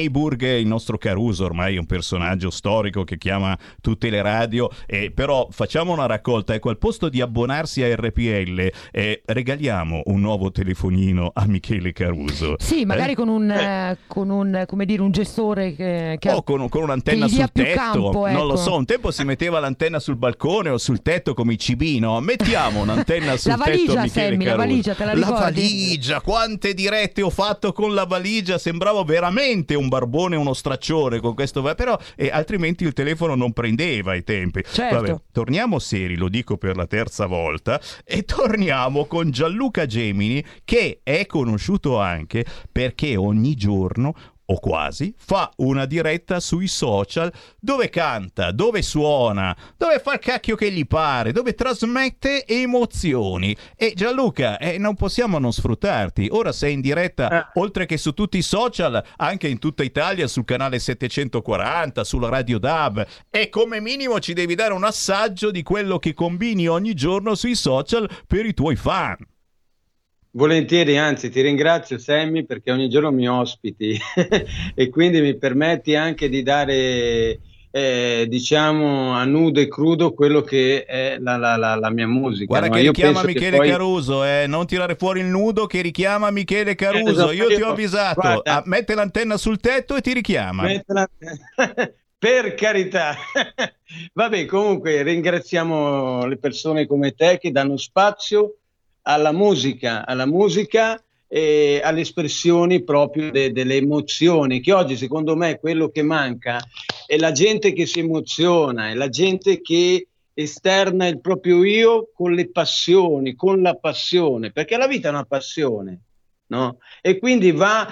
Heiburg, il nostro Caruso, ormai è un personaggio storico che chiama tutte le radio, però facciamo una raccolta, ecco, al posto di abbonarsi a RPL regaliamo un nuovo telefonino a Michele Caruso. Sì, magari con un come dire, un gestore che o con un'antenna sul tetto, campo, ecco. Non lo so, un tempo si metteva l'antenna sul balcone o sul tetto come i cibi, no? Mettiamo un'antenna sul tetto a Michele Sammy, Caruso. la valigia, te la ricordi? La valigia, quante dirette ho fatto con la valigia, sembravo veramente un barbone, uno straccione con questo, però altrimenti il telefono non prendeva ai tempi. Certo. Vabbè, torniamo seri, lo dico per la terza volta, e torniamo con Gianluca Gemini, che è conosciuto anche perché ogni giorno o quasi fa una diretta sui social dove canta, dove suona, dove fa il cacchio che gli pare, dove trasmette emozioni. E Gianluca, non possiamo non sfruttarti. Ora sei in diretta oltre che su tutti i social, anche in tutta Italia, sul canale 740, sulla Radio DAB, e come minimo ci devi dare un assaggio di quello che combini ogni giorno sui social per i tuoi fan. Volentieri, anzi ti ringrazio Sammy perché ogni giorno mi ospiti e quindi mi permetti anche di dare diciamo a nudo e crudo quello che è la mia musica. Guarda, no? che Io richiama penso Michele che poi... Caruso, non tirare fuori il nudo, che richiama Michele Caruso. Io ti ho avvisato, guarda, mette l'antenna sul tetto e ti richiama. Per carità. Vabbè, comunque ringraziamo le persone come te che danno spazio alla musica e alle espressioni proprio delle emozioni, che oggi secondo me quello che manca è la gente che si emoziona, è la gente che esterna il proprio io con le passioni, con la passione, perché la vita è una passione, no? E quindi va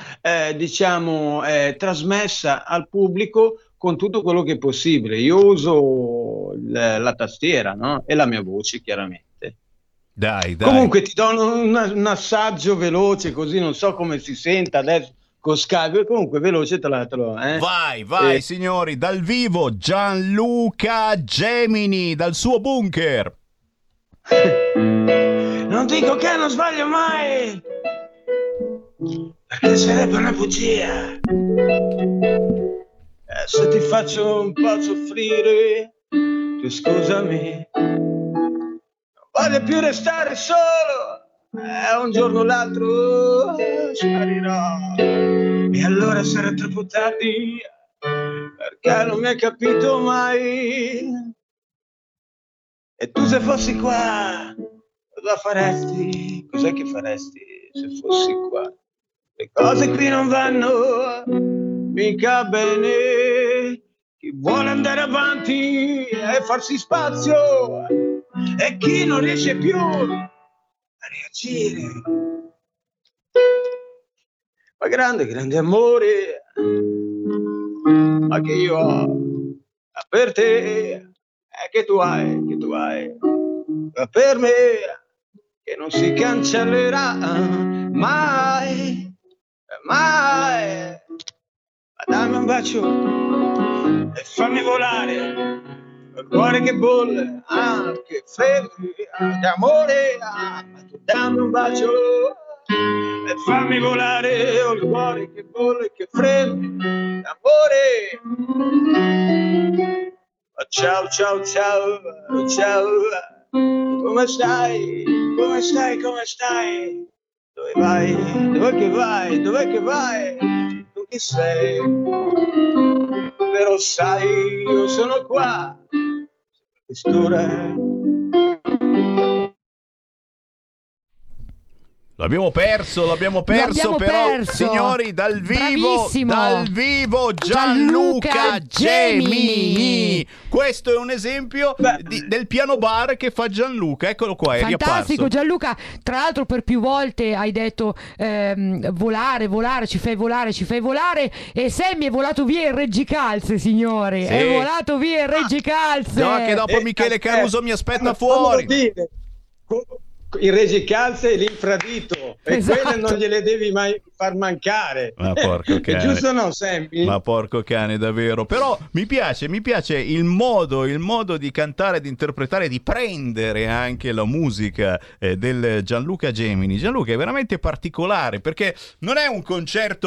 trasmessa al pubblico con tutto quello che è possibile. Io uso la tastiera, no? E la mia voce, chiaramente. Dai. Comunque ti do un assaggio veloce, così non so come si senta adesso con Skype, comunque veloce te lo Vai, signori, dal vivo Gianluca Gemini, dal suo bunker. Non dico che non sbaglio mai, perché sarebbe una bugia. Se ti faccio un po' soffrire, tu scusami. Voglio più restare solo, un giorno o l'altro sparirò. E allora sarà troppo tardi, perché non mi hai capito mai. E tu se fossi qua, cosa faresti? Cos'è che faresti se fossi qua? Le cose qui non vanno mica bene. Chi vuole andare avanti e farsi spazio, e chi non riesce più a reagire. Ma grande amore, ma che io ho per te, che tu hai per me, che non si cancellerà mai. Ma dammi un bacio e fammi volare, il cuore che bolle, che freddo di amore, ma tu dammi un bacio e fammi volare, il cuore che bolle, che freddo di amore. Ciao, come stai? Dove vai? Dov'è che vai? Tu chi sei? Però sai, io sono qua, quest'ora. L'abbiamo perso, però signori, dal vivo Gianluca Gemini. Questo è un esempio del piano bar che fa Gianluca, eccolo qua, è fantastico riapparso. Gianluca, tra l'altro per più volte hai detto volare, ci fai volare, e Sammy è volato via in reggicalze, signori, sì. È volato via in reggicalze. No, che dopo Michele Caruso mi aspetta fuori. Il reggicalze e l'infradito, esatto. E quelle non gliele devi mai far mancare. Ma porco cane. È giusto, no, Sammy? Ma porco cane, davvero. Però mi piace il modo di cantare, di interpretare, di prendere anche la musica del Gianluca Gemini. Gianluca è veramente particolare, perché non è un concerto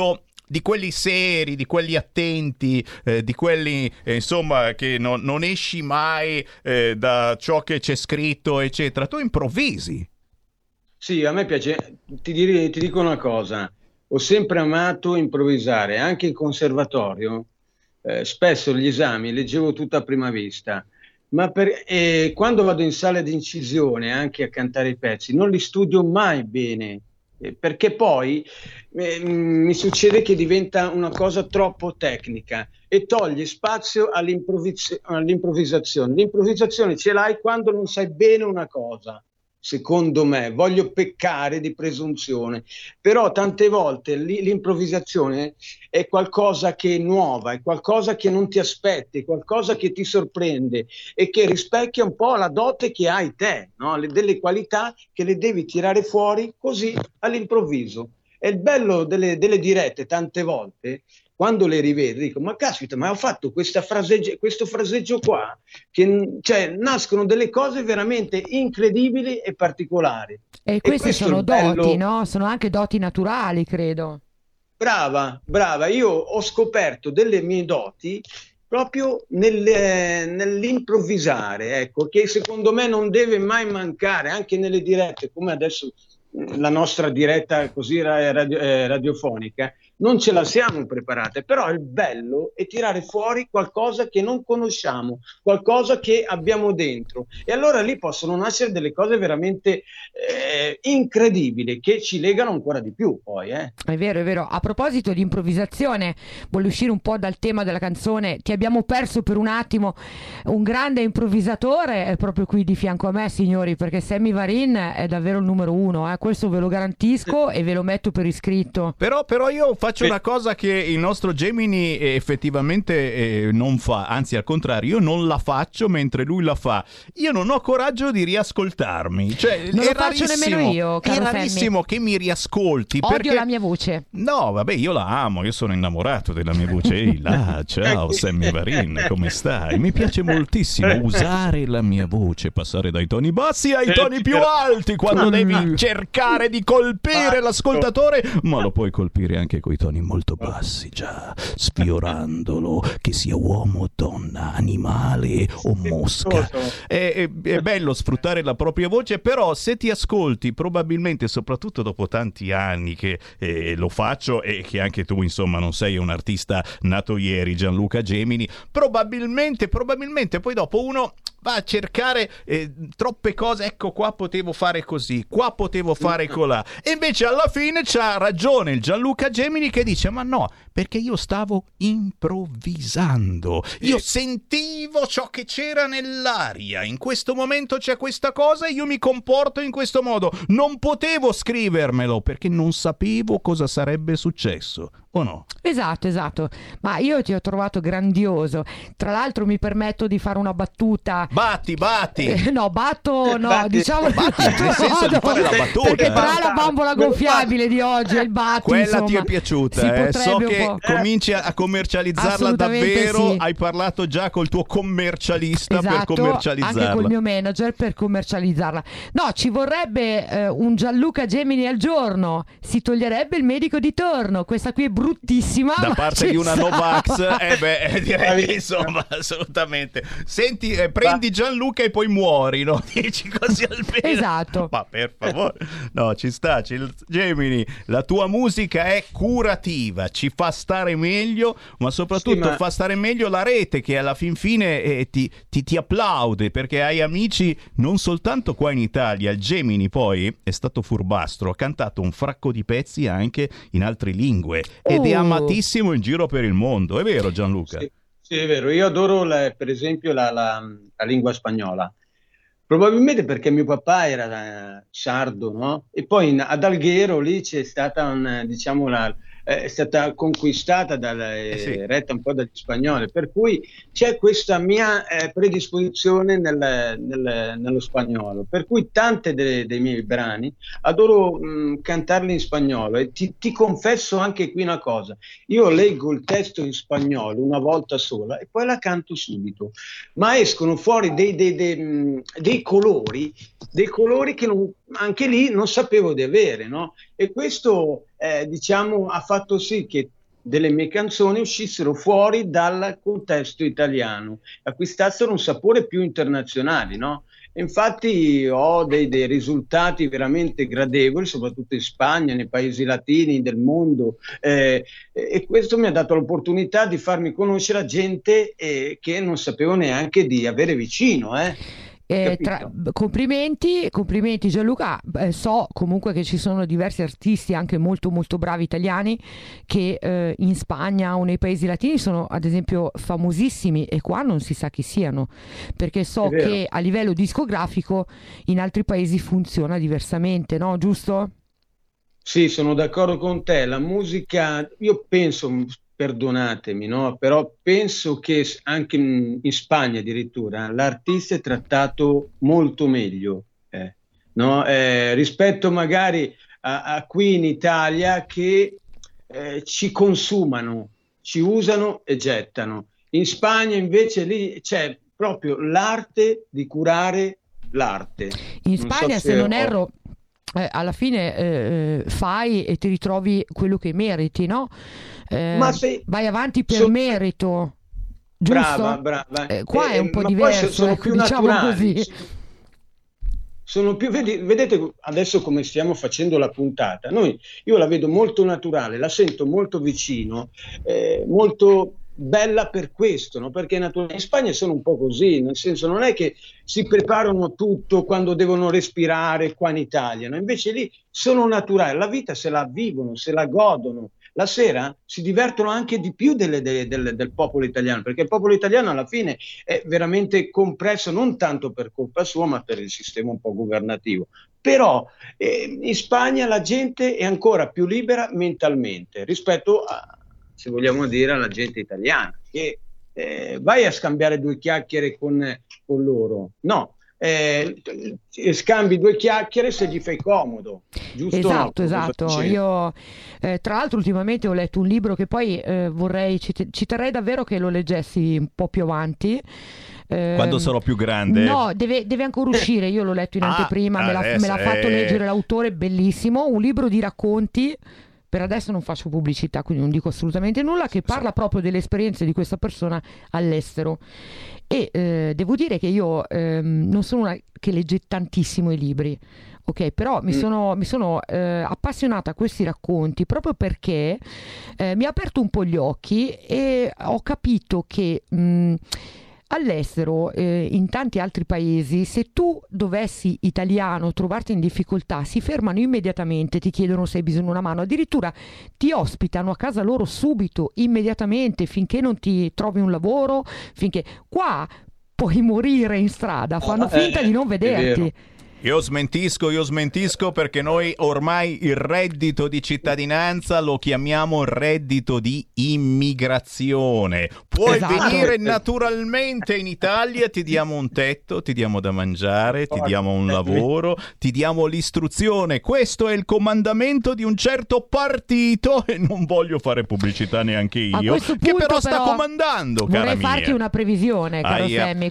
di quelli seri, di quelli attenti, di quelli insomma che non esci mai da ciò che c'è scritto, eccetera. Tu improvvisi. Sì, a me piace. Ti dico una cosa, ho sempre amato improvvisare, anche in conservatorio. Spesso gli esami leggevo tutto a prima vista, ma quando vado in sala di incisione anche a cantare i pezzi non li studio mai bene, perché poi mi succede che diventa una cosa troppo tecnica e toglie spazio all'improvvisazione. L'improvvisazione ce l'hai quando non sai bene una cosa. Secondo me, voglio peccare di presunzione, però tante volte l'improvvisazione è qualcosa che è nuova, è qualcosa che non ti aspetti, è qualcosa che ti sorprende e che rispecchia un po' la dote che hai te, no? Delle qualità che le devi tirare fuori così all'improvviso. E il bello delle dirette tante volte, quando le rivedo, dico, ma caspita, ma ho fatto questo fraseggio qua, che cioè, nascono delle cose veramente incredibili e particolari. E queste sono doti, no? Sono anche doti naturali, credo. Brava, io ho scoperto delle mie doti proprio nell'improvvisare, ecco, che secondo me non deve mai mancare, anche nelle dirette, come adesso la nostra diretta così radiofonica, non ce la siamo preparate, però il bello è tirare fuori qualcosa che non conosciamo, qualcosa che abbiamo dentro, e allora lì possono nascere delle cose veramente incredibili che ci legano ancora di più poi. È vero. A proposito di improvvisazione, voglio uscire un po' dal tema della canzone. Ti abbiamo perso per un attimo. Un grande improvvisatore è proprio qui di fianco a me, signori, perché Sammy Varin è davvero il numero uno, questo ve lo garantisco e ve lo metto per iscritto. Però io faccio una cosa che il nostro Gemini effettivamente non fa, anzi al contrario, io non la faccio mentre lui la fa. Io non ho coraggio di riascoltarmi, cioè non lo faccio nemmeno io, caro è rarissimo Sammy, che mi riascolti. odio perché... la mia voce. No, vabbè, io la amo, io sono innamorato della mia voce. Ehi là, ciao Sammy Varin, come stai? Mi piace moltissimo usare la mia voce, passare dai toni bassi ai toni più alti quando devi cercare di colpire l'ascoltatore, ma lo puoi colpire anche coi toni molto bassi, già, sfiorandolo, che sia uomo, donna, animale o mosca. È bello sfruttare la propria voce, però se ti ascolti, probabilmente, soprattutto dopo tanti anni che lo faccio e che anche tu, insomma, non sei un artista nato ieri, Gianluca Gemini, probabilmente poi dopo uno va a cercare troppe cose. Ecco, qua potevo fare così, qua potevo fare colà, e invece alla fine c'ha ragione il Gianluca Gemini che dice: ma no, perché io stavo improvvisando, io sentivo ciò che c'era nell'aria, in questo momento c'è questa cosa e io mi comporto in questo modo, non potevo scrivermelo perché non sapevo cosa sarebbe successo. O no? Esatto, ma io ti ho trovato grandioso. Tra l'altro mi permetto di fare una battuta. Batti. No, batto, no, batti, diciamo nel senso di fare la battuta. Perché tra la bambola gonfiabile di oggi e il batto, quella insomma, ti è piaciuta, so che cominci a commercializzarla davvero, sì. Hai parlato già col tuo commercialista, esatto, per commercializzarla. Anche col mio manager per commercializzarla. No, ci vorrebbe un Gianluca Gemini al giorno, si toglierebbe il medico di torno. Questa qui è bruttissima da parte di una sta. Novax. Direi che insomma assolutamente. Senti, prendi Gianluca e poi muori, no? Dici così almeno. Esatto. Ma per favore, no, ci sta. Gemini, la tua musica è curativa, ci fa stare meglio, ma soprattutto fa stare meglio la rete, che alla fin fine ti applaude, perché hai amici non soltanto qua in Italia. Il Gemini poi è stato furbastro, ha cantato un fracco di pezzi anche in altre lingue ed è amatissimo in giro per il mondo, è vero Gianluca? Sì, è vero, io adoro per esempio la lingua spagnola, probabilmente perché mio papà era sardo, no? E poi ad Alghero lì c'è stata è stata conquistata retta un po' dagli spagnoli, per cui c'è questa mia predisposizione nello spagnolo, per cui tante dei miei brani adoro cantarli in spagnolo. E ti confesso anche qui una cosa: io leggo il testo in spagnolo una volta sola e poi la canto subito, ma escono fuori dei colori che anche lì non sapevo di avere, no? E questo ha fatto sì che delle mie canzoni uscissero fuori dal contesto italiano, acquistassero un sapore più internazionale, no? E infatti ho dei risultati veramente gradevoli, soprattutto in Spagna, nei paesi latini del mondo, e questo mi ha dato l'opportunità di farmi conoscere a gente che non sapevo neanche di avere vicino. Complimenti Gianluca. So comunque che ci sono diversi artisti anche molto molto bravi italiani che in Spagna o nei paesi latini sono ad esempio famosissimi, e qua non si sa chi siano, perché so che a livello discografico in altri paesi funziona diversamente, no? Giusto? Sì, sono d'accordo con te. La musica, io penso, perdonatemi, no? Però penso che anche in Spagna addirittura l'artista è trattato molto meglio, no? Rispetto magari a qui in Italia, che ci consumano, ci usano e gettano. In Spagna invece lì c'è proprio l'arte di curare l'arte. In Spagna, se non erro, alla fine fai e ti ritrovi quello che meriti, no? Ma vai avanti per merito, giusto? Brava. Qua è un po' diverso, sono più diciamo naturali. così. Sono più, vedete adesso come stiamo facendo la puntata, io la vedo molto naturale, la sento molto vicino, molto bella per questo, no? Perché in Spagna sono un po' così, nel senso, non è che si preparano tutto quando devono respirare qua in Italia, no? Invece lì sono naturali, la vita se la vivono, se la godono. La sera si divertono anche di più del popolo italiano, perché il popolo italiano alla fine è veramente compresso, non tanto per colpa sua, ma per il sistema un po' governativo. Però in Spagna la gente è ancora più libera mentalmente rispetto a, se vogliamo dire, alla gente italiana, che vai a scambiare due chiacchiere con loro. No. Scambi due chiacchiere se gli fai comodo, giusto? Esatto. Io tra l'altro ultimamente ho letto un libro che poi ci terrei davvero che lo leggessi un po' più avanti, quando sarò più grande. No, deve ancora uscire. Io l'ho letto in anteprima, me l'ha fatto leggere l'autore, bellissimo, un libro di racconti. Per adesso non faccio pubblicità, quindi non dico assolutamente nulla, che parla proprio delle esperienze di questa persona all'estero. E devo dire che io non sono una che legge tantissimo i libri, ok? Però mi sono appassionata a questi racconti proprio perché mi ha aperto un po' gli occhi e ho capito che all'estero, in tanti altri paesi, se tu dovessi, italiano, trovarti in difficoltà, si fermano immediatamente, ti chiedono se hai bisogno di una mano, addirittura ti ospitano a casa loro subito, immediatamente, finché non ti trovi un lavoro, finché qua puoi morire in strada, fanno finta di non vederti. Io smentisco perché noi ormai il reddito di cittadinanza lo chiamiamo reddito di immigrazione. Puoi venire naturalmente in Italia, ti diamo un tetto, ti diamo da mangiare, ti diamo un lavoro, ti diamo l'istruzione. Questo è il comandamento di un certo partito, e non voglio fare pubblicità neanche io, che però sta comandando, cara mia. Vorrei farti una previsione, caro Sammy.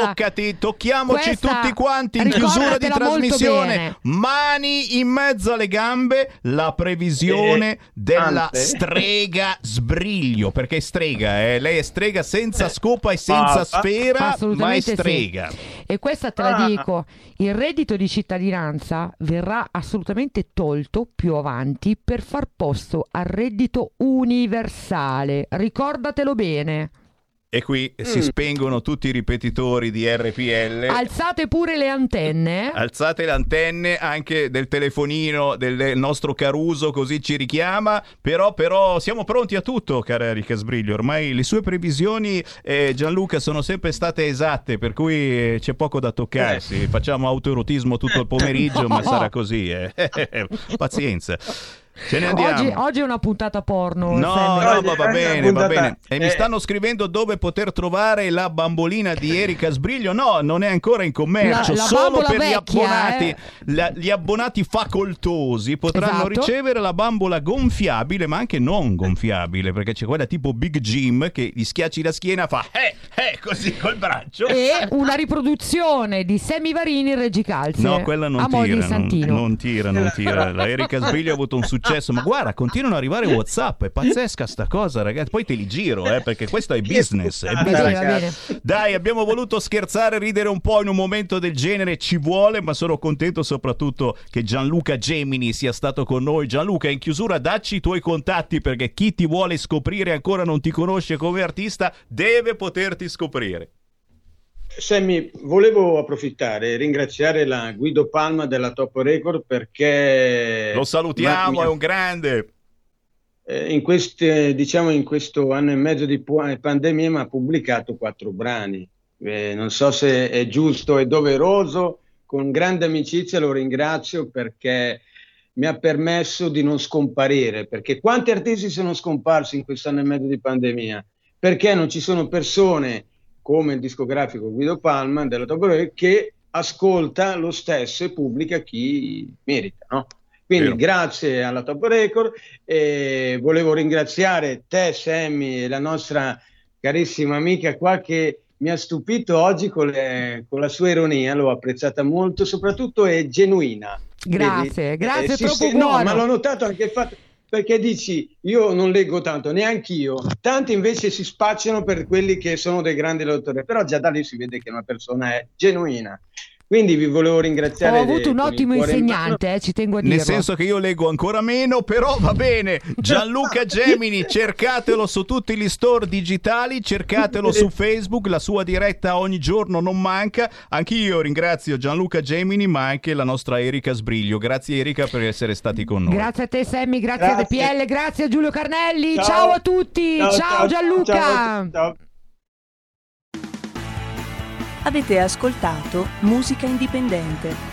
Tocchiamoci tutti quanti in chiusura di trasmissione, mani in mezzo alle gambe, la previsione della strega Sbriglio, perché è strega, lei è strega senza scopa e senza sfera, ma è strega. Sì. E questa te la dico, il reddito di cittadinanza verrà assolutamente tolto più avanti per far posto al reddito universale, ricordatelo bene. E qui si spengono tutti i ripetitori di RPL. Alzate pure le antenne. Alzate le antenne anche del telefonino del nostro Caruso, così ci richiama. Però siamo pronti a tutto, cara Erika Sbriglio. Ormai le sue previsioni, Gianluca, sono sempre state esatte, per cui c'è poco da toccarsi. Facciamo autoerotismo tutto il pomeriggio, ma sarà così. Pazienza. Ce ne andiamo. Oggi è una puntata porno. No, va bene. E mi stanno scrivendo dove poter trovare la bambolina di Erika Sbriglio. No, non è ancora in commercio, la solo per vecchia, gli abbonati. Gli abbonati facoltosi potranno ricevere la bambola gonfiabile, ma anche non gonfiabile, perché c'è quella tipo Big Jim che gli schiacci la schiena, fa così col braccio. E una riproduzione di Sammy Varini in Reggicalze. No, quella non tira. La Erika Sbriglio ha avuto un successo successo, ma guarda, continuano ad arrivare WhatsApp, è pazzesca sta cosa, ragazzi. Poi te li giro, perché questo è business, è business. Dai, abbiamo voluto scherzare, ridere un po' in un momento del genere, ci vuole, ma sono contento soprattutto che Gianluca Gemini sia stato con noi. Gianluca, in chiusura dacci i tuoi contatti, perché chi ti vuole scoprire ancora non ti conosce come artista deve poterti scoprire. Sammy, volevo approfittare e ringraziare la Guido Palma della Top Record, perché lo salutiamo, è un grande. In questo anno e mezzo di pandemia mi ha pubblicato 4 brani. Non so se è giusto e doveroso, con grande amicizia lo ringrazio, perché mi ha permesso di non scomparire, perché quanti artisti sono scomparsi in questo anno e mezzo di pandemia? Perché non ci sono persone come il discografico Guido Palma della Top Record che ascolta lo stesso e pubblica chi merita, no? Quindi grazie alla Top Record, e volevo ringraziare te, Sammy, e la nostra carissima amica qua, che mi ha stupito oggi con la sua ironia, l'ho apprezzata molto, soprattutto è genuina. Grazie, grazie, troppo buono. No, ma l'ho notato anche il fatto, perché dici, io non leggo tanto, neanche io, tanti invece si spacciano per quelli che sono dei grandi lettori, però già da lì si vede che una persona è genuina. Quindi vi volevo ringraziare. Ho avuto un ottimo insegnante, ci tengo a dirlo. Nel senso che io leggo ancora meno, però va bene. Gianluca Gemini, cercatelo su tutti gli store digitali, cercatelo su Facebook, la sua diretta ogni giorno non manca. Anch'io ringrazio Gianluca Gemini, ma anche la nostra Erika Sbriglio. Grazie Erika per essere stati con noi. Grazie a te Sammy, grazie a RPL, grazie a Giulio Carnelli. Ciao a tutti, ciao Gianluca. Ciao. Avete ascoltato Musica Indipendente.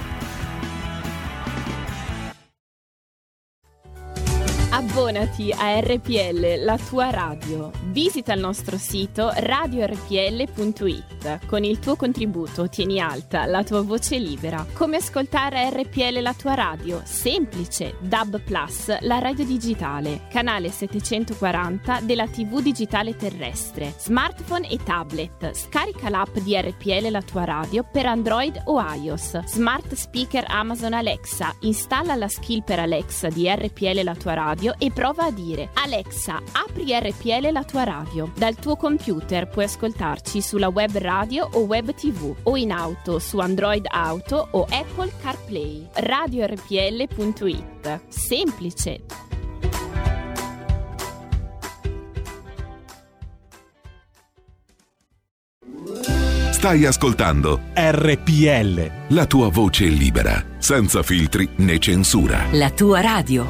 Abbonati a RPL, la tua radio. Visita il nostro sito radiorpl.it. Con il tuo contributo tieni alta la tua voce libera. Come ascoltare RPL, la tua radio? Semplice. DAB+, la radio digitale. Canale 740 della TV digitale terrestre. Smartphone e tablet. Scarica l'app di RPL, la tua radio per Android o iOS. Smart speaker Amazon Alexa. Installa la skill per Alexa di RPL, la tua radio e prova a dire: Alexa, apri RPL, la tua radio. Dal tuo computer puoi ascoltarci sulla web radio o web TV, o in auto su Android Auto o Apple CarPlay. radiorpl.it. Semplice. Stai ascoltando RPL, la tua voce libera, senza filtri né censura. La tua radio.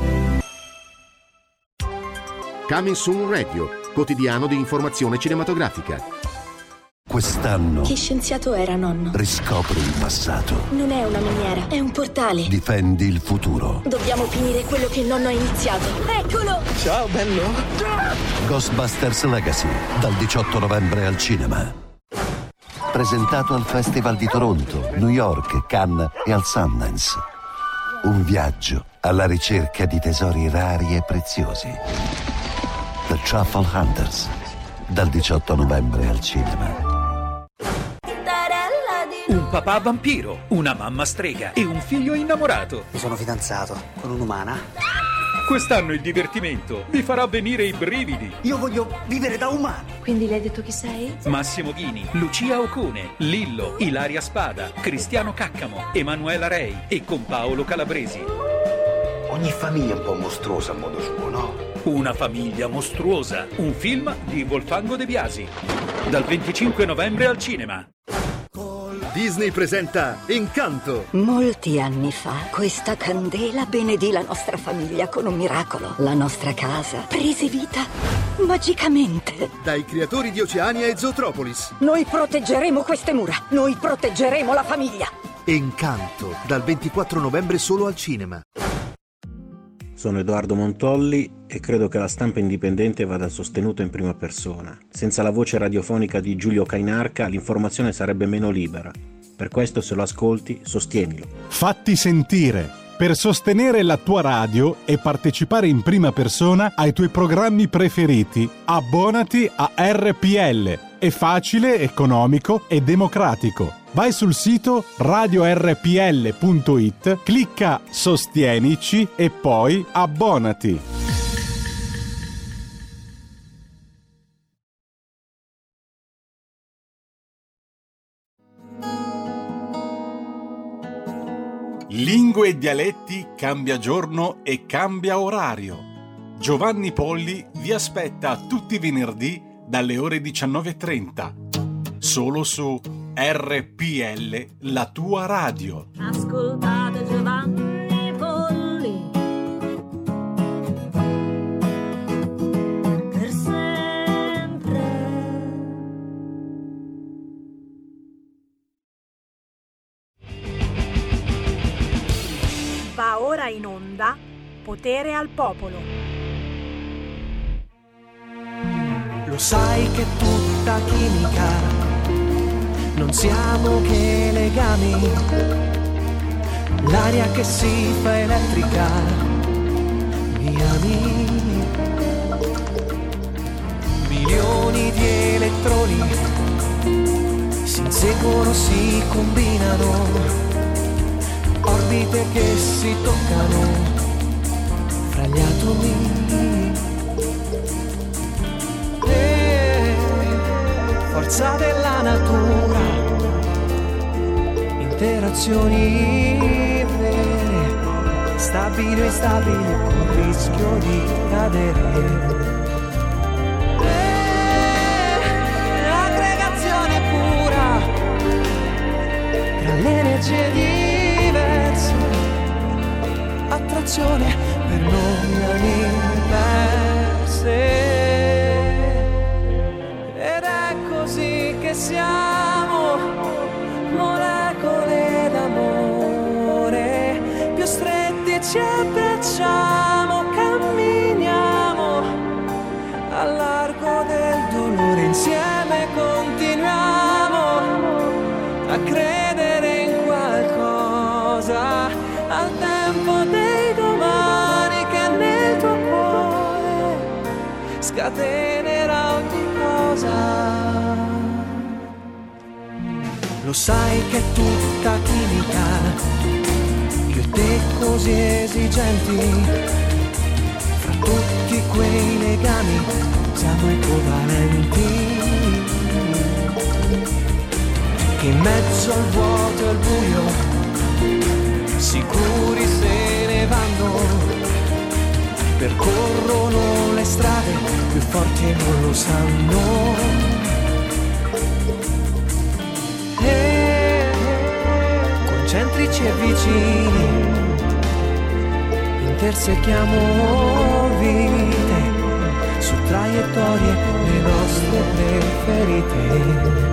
Coming Soon Radio, quotidiano di informazione cinematografica. Quest'anno che scienziato era, nonno? Riscopri il passato. Non è una miniera, è un portale. Difendi il futuro. Dobbiamo finire quello che il nonno ha iniziato. Eccolo! Ciao bello. Ghostbusters Legacy, dal 18 novembre al cinema. Presentato al Festival di Toronto, New York, Cannes e al Sundance. Un viaggio alla ricerca di tesori rari e preziosi. The Truffle Hunters, dal 18 novembre al cinema. Un papà vampiro, una mamma strega e un figlio innamorato. Mi sono fidanzato con un'umana. Quest'anno il divertimento vi farà venire i brividi. Io voglio vivere da umano. Quindi le hai detto chi sei? Massimo Ghini, Lucia Ocone, Lillo, Ilaria Spada, Cristiano Caccamo, Emanuela Rei e con Paolo Calabresi. Ogni famiglia è un po' mostruosa a modo suo, no? Una famiglia mostruosa, un film di Volfango De Biasi. Dal 25 novembre al cinema. Disney presenta Encanto. Molti anni fa questa candela benedì la nostra famiglia con un miracolo. La nostra casa prese vita magicamente. Dai creatori di Oceania e Zootropolis. Noi proteggeremo queste mura. Noi proteggeremo la famiglia. Encanto, dal 24 novembre solo al cinema. Sono Edoardo Montolli e credo che la stampa indipendente vada sostenuta in prima persona. Senza la voce radiofonica di Giulio Cainarca l'informazione sarebbe meno libera. Per questo, se lo ascolti, sostienilo. Fatti sentire. Per sostenere la tua radio e partecipare in prima persona ai tuoi programmi preferiti, abbonati a RPL È facile, economico e democratico. Vai sul sito radiorpl.it, clicca Sostienici e poi abbonati. Lingue e dialetti cambia giorno e cambia orario. Giovanni Polli vi aspetta tutti i venerdì dalle ore 19:30, solo su RPL, la tua radio. Ascoltate Giovanni Polli per sempre. Va ora in onda Potere al Popolo. Lo sai che tutta chimica, non siamo che legami, l'aria che si fa elettrica, mi ami, milioni di elettroni si inseguono, si combinano, orbite che si toccano fra gli atomi. Forza della natura, interazioni vere, stabili e instabili con rischio di cadere. Aggregazione pura tra le energie diverse, attrazione per noi anime perse. Siamo molecole d'amore, più stretti ci abbracciamo, camminiamo al largo del dolore, insieme continuiamo a credere in qualcosa, al tempo dei domani che nel tuo cuore scatenerà ogni cosa. Lo sai che è tutta chimica, io e te così esigenti, fra tutti quei legami siamo equivalenti, che in mezzo al vuoto e al buio, sicuri se ne vanno, percorrono le strade più forti e non lo sanno. Concentrici e vicini, intersechiamo vite su traiettorie le nostre preferite.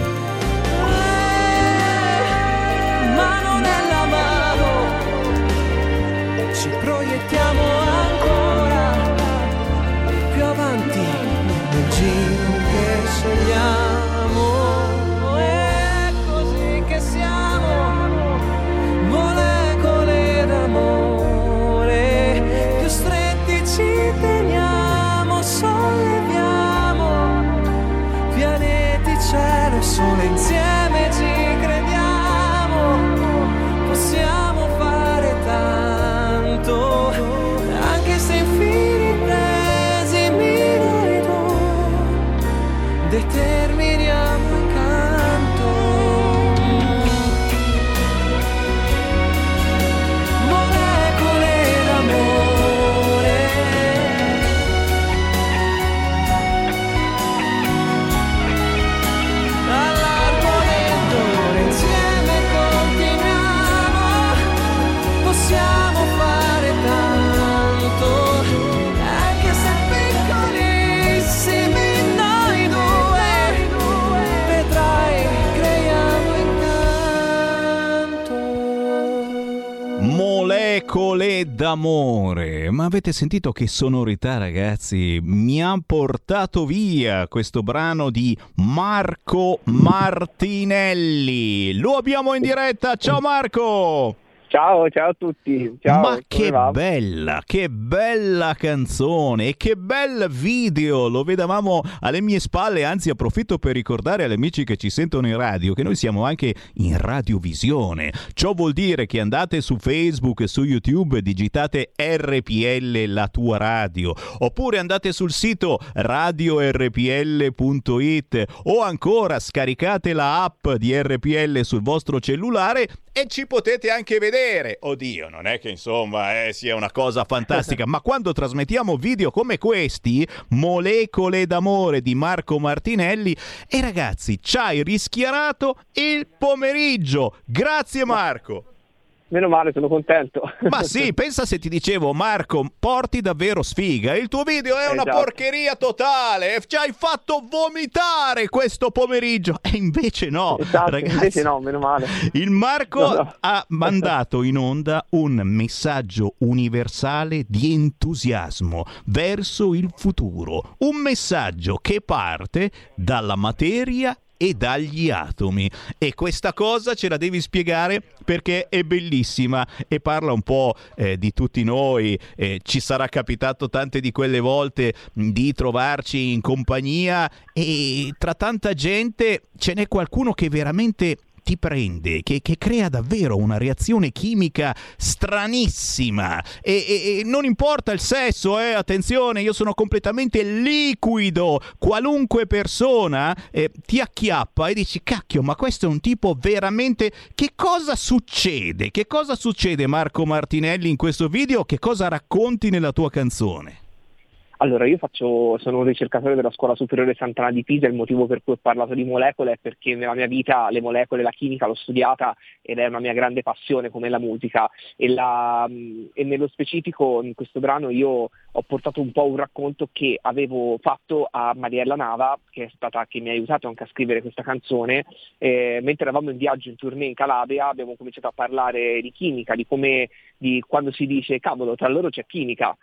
Mano nella mano, ci proiettiamo ancora più avanti nel giro che scegliamo. Solo insieme ci crediamo, possiamo fare tanto, anche se infinitesimi noi due determiniamo il canto. Molecole d'amore, possiamo fare tanto, anche se piccolissimi noi due, vedrai, creiamo incanto. Molecole d'amore. Ma avete sentito che sonorità, ragazzi? Mi ha portato via questo brano di Marco Martinelli. Lo abbiamo in diretta. Ciao Marco! Ciao a tutti. Ciao, ma che bella canzone e che bel video, lo vedevamo alle mie spalle, anzi approfitto per ricordare agli amici che ci sentono in radio che noi siamo anche in radiovisione. Ciò vuol dire che andate su Facebook e su YouTube, digitate RPL la tua radio, oppure andate sul sito radiorpl.it o ancora scaricate la app di RPL sul vostro cellulare e ci potete anche vedere. Oddio, non è che insomma sia una cosa fantastica, ma quando trasmettiamo video come questi, Molecole d'amore di Marco Martinelli, e ragazzi, ci hai rischiarato il pomeriggio. Grazie Marco. Meno male, sono contento. Ma sì, pensa se ti dicevo, Marco, porti davvero sfiga, il tuo video è una porcheria totale, ci hai fatto vomitare questo pomeriggio, e invece no, ragazzi, invece no, meno male. Il Marco ha mandato in onda un messaggio universale di entusiasmo verso il futuro, un messaggio che parte dalla materia e dagli atomi, e questa cosa ce la devi spiegare perché è bellissima e parla un po' di tutti noi. Ci sarà capitato tante di quelle volte di trovarci in compagnia e tra tanta gente ce n'è qualcuno che veramente ti prende, che crea davvero una reazione chimica stranissima e non importa il sesso, attenzione, io sono completamente liquido, qualunque persona ti acchiappa e dici cacchio, ma questo è un tipo veramente... Che cosa succede? Che cosa succede, Marco Martinelli, in questo video? Che cosa racconti nella tua canzone? Allora, sono un ricercatore della Scuola Superiore Sant'Anna di Pisa, il motivo per cui ho parlato di molecole è perché nella mia vita le molecole, la chimica l'ho studiata ed è una mia grande passione come la musica e nello specifico in questo brano io ho portato un po' un racconto che avevo fatto a Mariella Nava, che mi ha aiutato anche a scrivere questa canzone, mentre eravamo in viaggio in tournée in Calabria abbiamo cominciato a parlare di chimica, di quando si dice cavolo tra loro c'è chimica,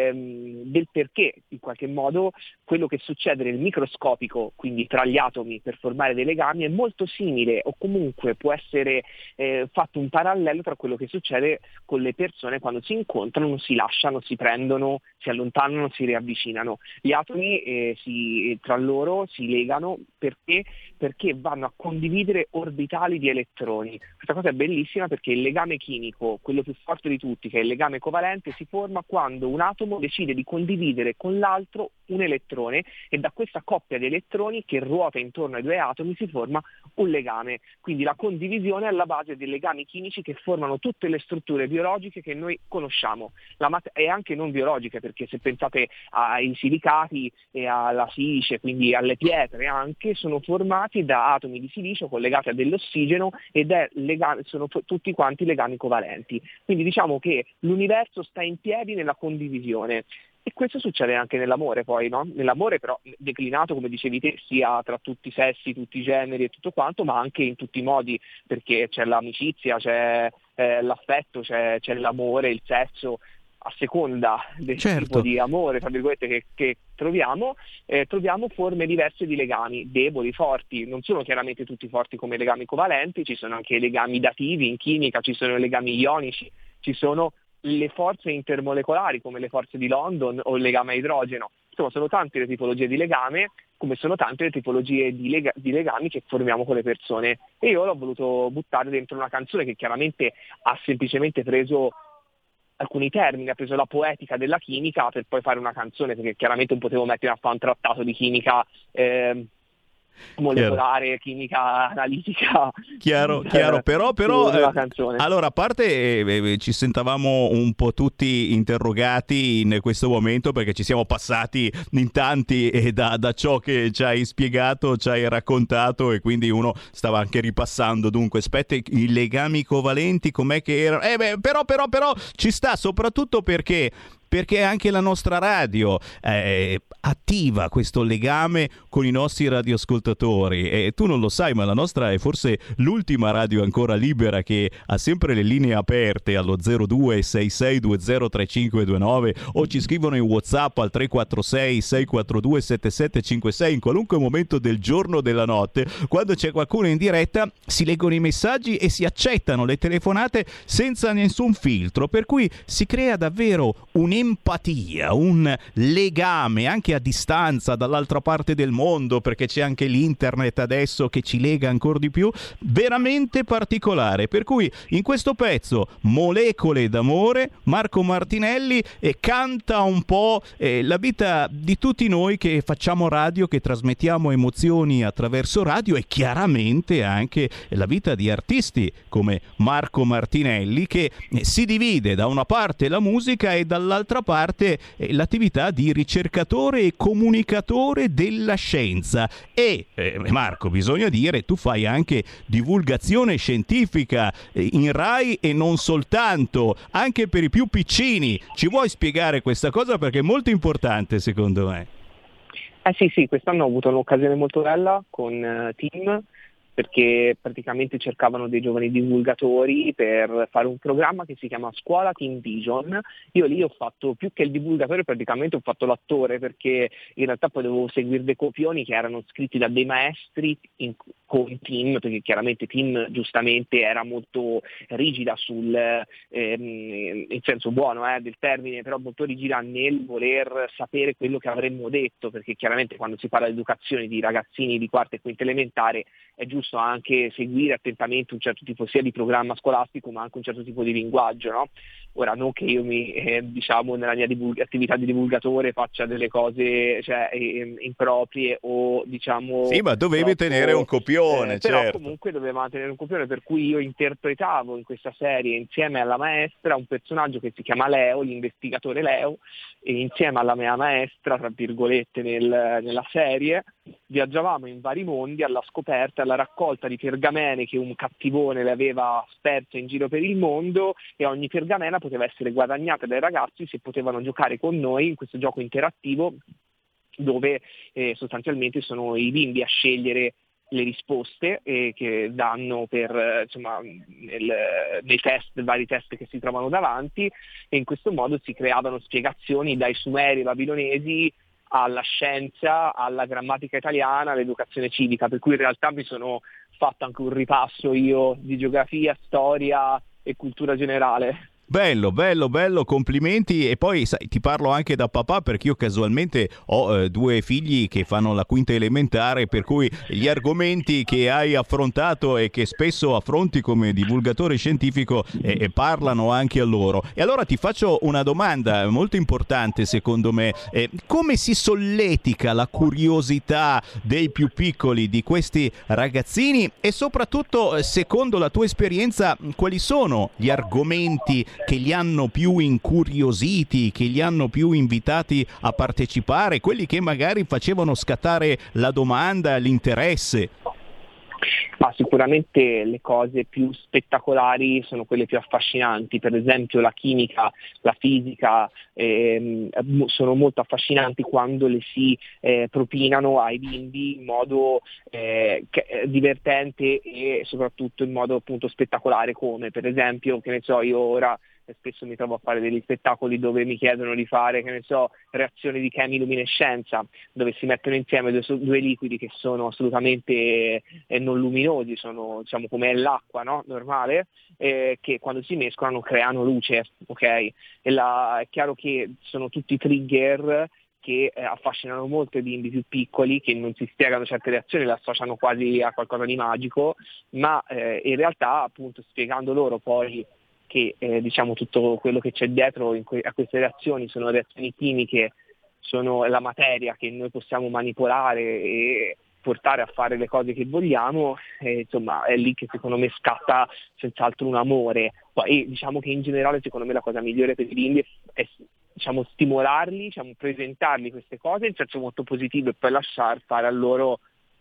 del perché in qualche modo quello che succede nel microscopico, quindi tra gli atomi per formare dei legami, è molto simile o comunque può essere fatto un parallelo tra quello che succede con le persone quando si incontrano, si lasciano, si prendono, si allontanano, si riavvicinano. Gli atomi tra loro si legano perché vanno a condividere orbitali di elettroni. Questa cosa è bellissima perché il legame chimico, quello più forte di tutti, che è il legame covalente, si forma quando un atomo decide di condividere con l'altro un elettrone e da questa coppia di elettroni che ruota intorno ai due atomi si forma un legame. Quindi la condivisione è alla base dei legami chimici che formano tutte le strutture biologiche che noi conosciamo, e anche non biologiche, perché se pensate ai silicati e alla silice, quindi alle pietre anche, sono formati da atomi di silicio collegati a dell'ossigeno ed sono tutti quanti legami covalenti. Quindi diciamo che l'universo sta in piedi nella condivisione. E questo succede anche nell'amore poi, no? Nell'amore però declinato, come dicevi te, sia tra tutti i sessi, tutti i generi e tutto quanto, ma anche in tutti i modi, perché c'è l'amicizia, c'è l'affetto, c'è l'amore, il sesso, a seconda del tipo di amore, tra virgolette, che troviamo forme diverse di legami, deboli, forti. Non sono chiaramente tutti forti come i legami covalenti, ci sono anche i legami dativi in chimica, ci sono i legami ionici, ci sono le forze intermolecolari come le forze di London o il legame a idrogeno. Insomma, sono tante le tipologie di legame, come sono tante le tipologie di legami che formiamo con le persone. E io l'ho voluto buttare dentro una canzone che chiaramente ha semplicemente preso alcuni termini, ha preso la poetica della chimica per poi fare una canzone, perché chiaramente non potevo mettere a fare un trattato di chimica molecolare, chimica analitica. Chiaro, però allora, a parte ci sentavamo un po' tutti interrogati in questo momento perché ci siamo passati in tanti e da ciò che ci hai spiegato, ci hai raccontato, e quindi uno stava anche ripassando. Dunque, aspetta, i legami covalenti com'è che erano? Però ci sta, soprattutto perché perché anche la nostra radio attiva questo legame con i nostri radioascoltatori, e tu non lo sai, ma la nostra è forse l'ultima radio ancora libera che ha sempre le linee aperte allo 0266203529, o ci scrivono in WhatsApp al 346 642 7756 in qualunque momento del giorno o della notte. Quando c'è qualcuno in diretta si leggono i messaggi e si accettano le telefonate senza nessun filtro, per cui si crea davvero un'empatia, un legame anche a distanza dall'altra parte del mondo, perché c'è anche l'internet adesso che ci lega ancora di più, veramente particolare. Per cui in questo pezzo Molecole d'amore Marco Martinelli canta un po' la vita di tutti noi che facciamo radio, che trasmettiamo emozioni attraverso radio, e chiaramente anche la vita di artisti come Marco Martinelli, che si divide da una parte la musica e dall'altra parte l'attività di ricercatore e comunicatore della scienza. E Marco, bisogna dire, tu fai anche divulgazione scientifica in Rai, e non soltanto, anche per i più piccini. Ci vuoi spiegare questa cosa, perché è molto importante secondo me? Sì, quest'anno ho avuto un'occasione molto bella con Team, perché praticamente cercavano dei giovani divulgatori per fare un programma che si chiama Scuola Team Vision. Io lì ho fatto, più che il divulgatore, praticamente ho fatto l'attore, perché in realtà poi dovevo seguire dei copioni che erano scritti da dei maestri con Team, perché chiaramente Team giustamente era molto rigida sul, in senso buono del termine, però molto rigida nel voler sapere quello che avremmo detto, perché chiaramente quando si parla di educazione di ragazzini di quarta e quinta elementare è giusto anche seguire attentamente un certo tipo sia di programma scolastico, ma anche un certo tipo di linguaggio, no? Ora, non che io mi nella mia attività di divulgatore faccia delle cose improprie o sì, ma dovevi tenere un copione, però certo. Comunque dovevamo tenere un copione, per cui io interpretavo in questa serie insieme alla maestra un personaggio che si chiama Leo, l'investigatore Leo, e insieme alla mia maestra, tra virgolette, nella serie viaggiavamo in vari mondi alla scoperta, alla raccolta di pergamene che un cattivone le aveva sperse in giro per il mondo, e ogni pergamena poteva essere guadagnata dai ragazzi se potevano giocare con noi in questo gioco interattivo, dove sostanzialmente sono i bimbi a scegliere le risposte che danno per nei test, vari test che si trovano davanti, e in questo modo si creavano spiegazioni dai sumeri babilonesi alla scienza, alla grammatica italiana, all'educazione civica, per cui in realtà mi sono fatto anche un ripasso io di geografia, storia e cultura generale. Bello, complimenti. E poi sai, ti parlo anche da papà, perché io casualmente ho due figli che fanno la quinta elementare, per cui gli argomenti che hai affrontato e che spesso affronti come divulgatore scientifico parlano anche a loro. E allora ti faccio una domanda molto importante secondo me: come si solletica la curiosità dei più piccoli, di questi ragazzini, e soprattutto secondo la tua esperienza quali sono gli argomenti che li hanno più incuriositi, che li hanno più invitati a partecipare, quelli che magari facevano scattare la domanda, l'interesse? Sicuramente le cose più spettacolari sono quelle più affascinanti, per esempio la chimica, la fisica sono molto affascinanti quando le si propinano ai bimbi in modo divertente e soprattutto in modo appunto spettacolare, come per esempio, che ne so, io ora spesso mi trovo a fare degli spettacoli dove mi chiedono di fare, che ne so, reazioni di chemiluminescenza, dove si mettono insieme due liquidi che sono assolutamente non luminosi, sono diciamo come l'acqua, no? Normale, che quando si mescolano creano luce, ok? È chiaro che sono tutti trigger che affascinano molto i bimbi più piccoli, che non si spiegano certe reazioni, le associano quasi a qualcosa di magico, ma in realtà appunto spiegando loro poi che diciamo tutto quello che c'è dietro a queste reazioni sono reazioni chimiche, sono la materia che noi possiamo manipolare e portare a fare le cose che vogliamo, insomma è lì che secondo me scatta senz'altro un amore. Poi diciamo che in generale secondo me la cosa migliore per i bimbi è diciamo stimolarli, diciamo presentargli queste cose in senso molto positivo, e poi lasciar fare a loro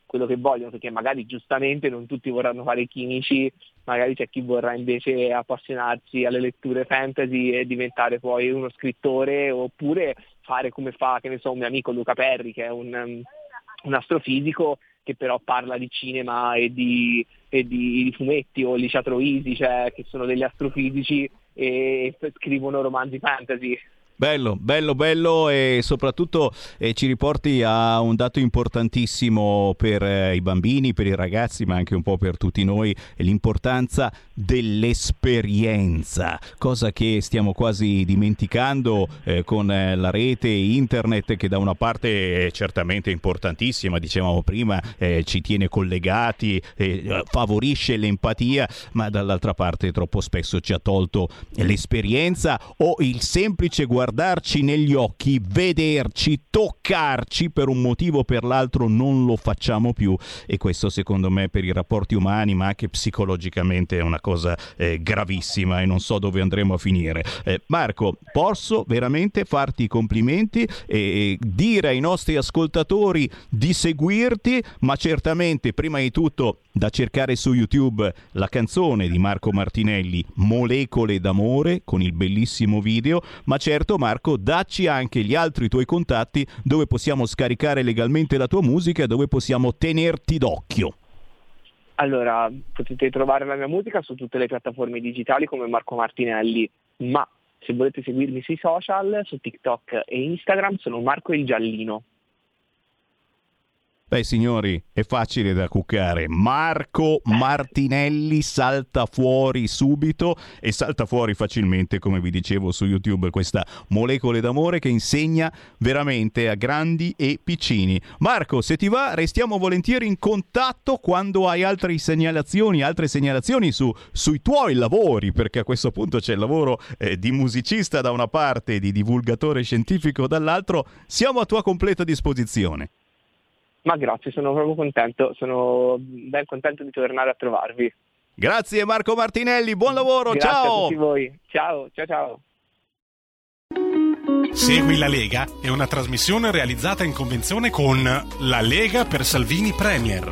quello che vogliono, perché magari giustamente non tutti vorranno fare i chimici, magari c'è chi vorrà invece appassionarsi alle letture fantasy e diventare poi uno scrittore, oppure fare come fa, che ne so, un mio amico Luca Perri, che è un astrofisico che però parla di cinema e di fumetti, o Licia Troisi, cioè, che sono degli astrofisici e scrivono romanzi fantasy. Bello, bello, bello, e soprattutto ci riporti a un dato importantissimo per i bambini, per i ragazzi, ma anche un po' per tutti noi, l'importanza dell'esperienza, cosa che stiamo quasi dimenticando con la rete internet, che da una parte è certamente importantissima, dicevamo prima, ci tiene collegati, favorisce l'empatia, ma dall'altra parte troppo spesso ci ha tolto l'esperienza o il semplice guardarci negli occhi, vederci, toccarci, per un motivo o per l'altro non lo facciamo più, e questo secondo me per i rapporti umani, ma anche psicologicamente, è una cosa gravissima, e non so dove andremo a finire. Marco, posso veramente farti i complimenti e dire ai nostri ascoltatori di seguirti, ma certamente prima di tutto da cercare su YouTube la canzone di Marco Martinelli, Molecole d'amore, con il bellissimo video, ma certo Marco, dacci anche gli altri tuoi contatti dove possiamo scaricare legalmente la tua musica e dove possiamo tenerti d'occhio. Allora, potete trovare la mia musica su tutte le piattaforme digitali come Marco Martinelli, ma se volete seguirmi sui social, su TikTok e Instagram, sono Marco il Giallino. Beh signori, è facile da cuccare. Marco Martinelli salta fuori subito, e salta fuori facilmente, come vi dicevo, su YouTube, questa Molecole d'amore che insegna veramente a grandi e piccini. Marco, se ti va, restiamo volentieri in contatto quando hai altre segnalazioni sui tuoi lavori, perché a questo punto c'è il lavoro di musicista da una parte e di divulgatore scientifico dall'altro. Siamo a tua completa disposizione. Ma grazie, sono proprio contento, sono ben contento di tornare a trovarvi. Grazie Marco Martinelli, buon lavoro, grazie, ciao! Grazie a tutti voi, ciao. Segui la Lega è una trasmissione realizzata in convenzione con La Lega per Salvini Premier.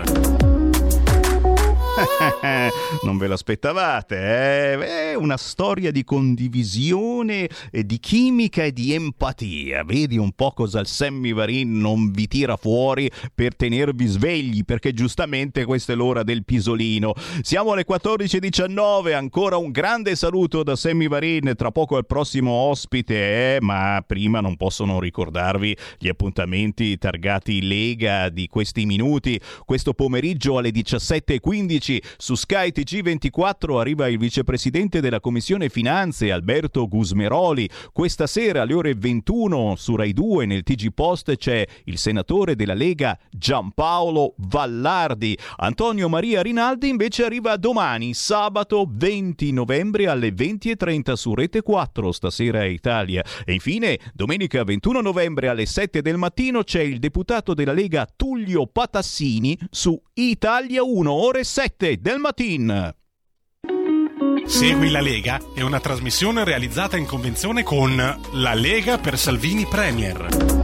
Non ve l'aspettavate, È una storia di condivisione, di chimica e di empatia. Vedi un po' cosa il Sammy Varin non vi tira fuori per tenervi svegli, perché giustamente questa è l'ora del pisolino. Siamo alle 14:19, ancora un grande saluto da Sammy Varin, tra poco al prossimo ospite, ma prima non posso non ricordarvi gli appuntamenti targati Lega di questi minuti. Questo pomeriggio alle 17:15 su Sky TG24 arriva il vicepresidente della Commissione Finanze Alberto Gusmeroli. Questa sera alle ore 21 su Rai 2 nel TG Post c'è il senatore della Lega Giampaolo Vallardi. Antonio Maria Rinaldi invece arriva domani, sabato 20 novembre alle 20:30 su Rete 4, Stasera è Italia. E infine domenica 21 novembre alle 7 del mattino c'è il deputato della Lega Tullio Patassini su Italia 1, ore 7 del mattino. Segui la Lega è una trasmissione realizzata in convenzione con La Lega per Salvini Premier.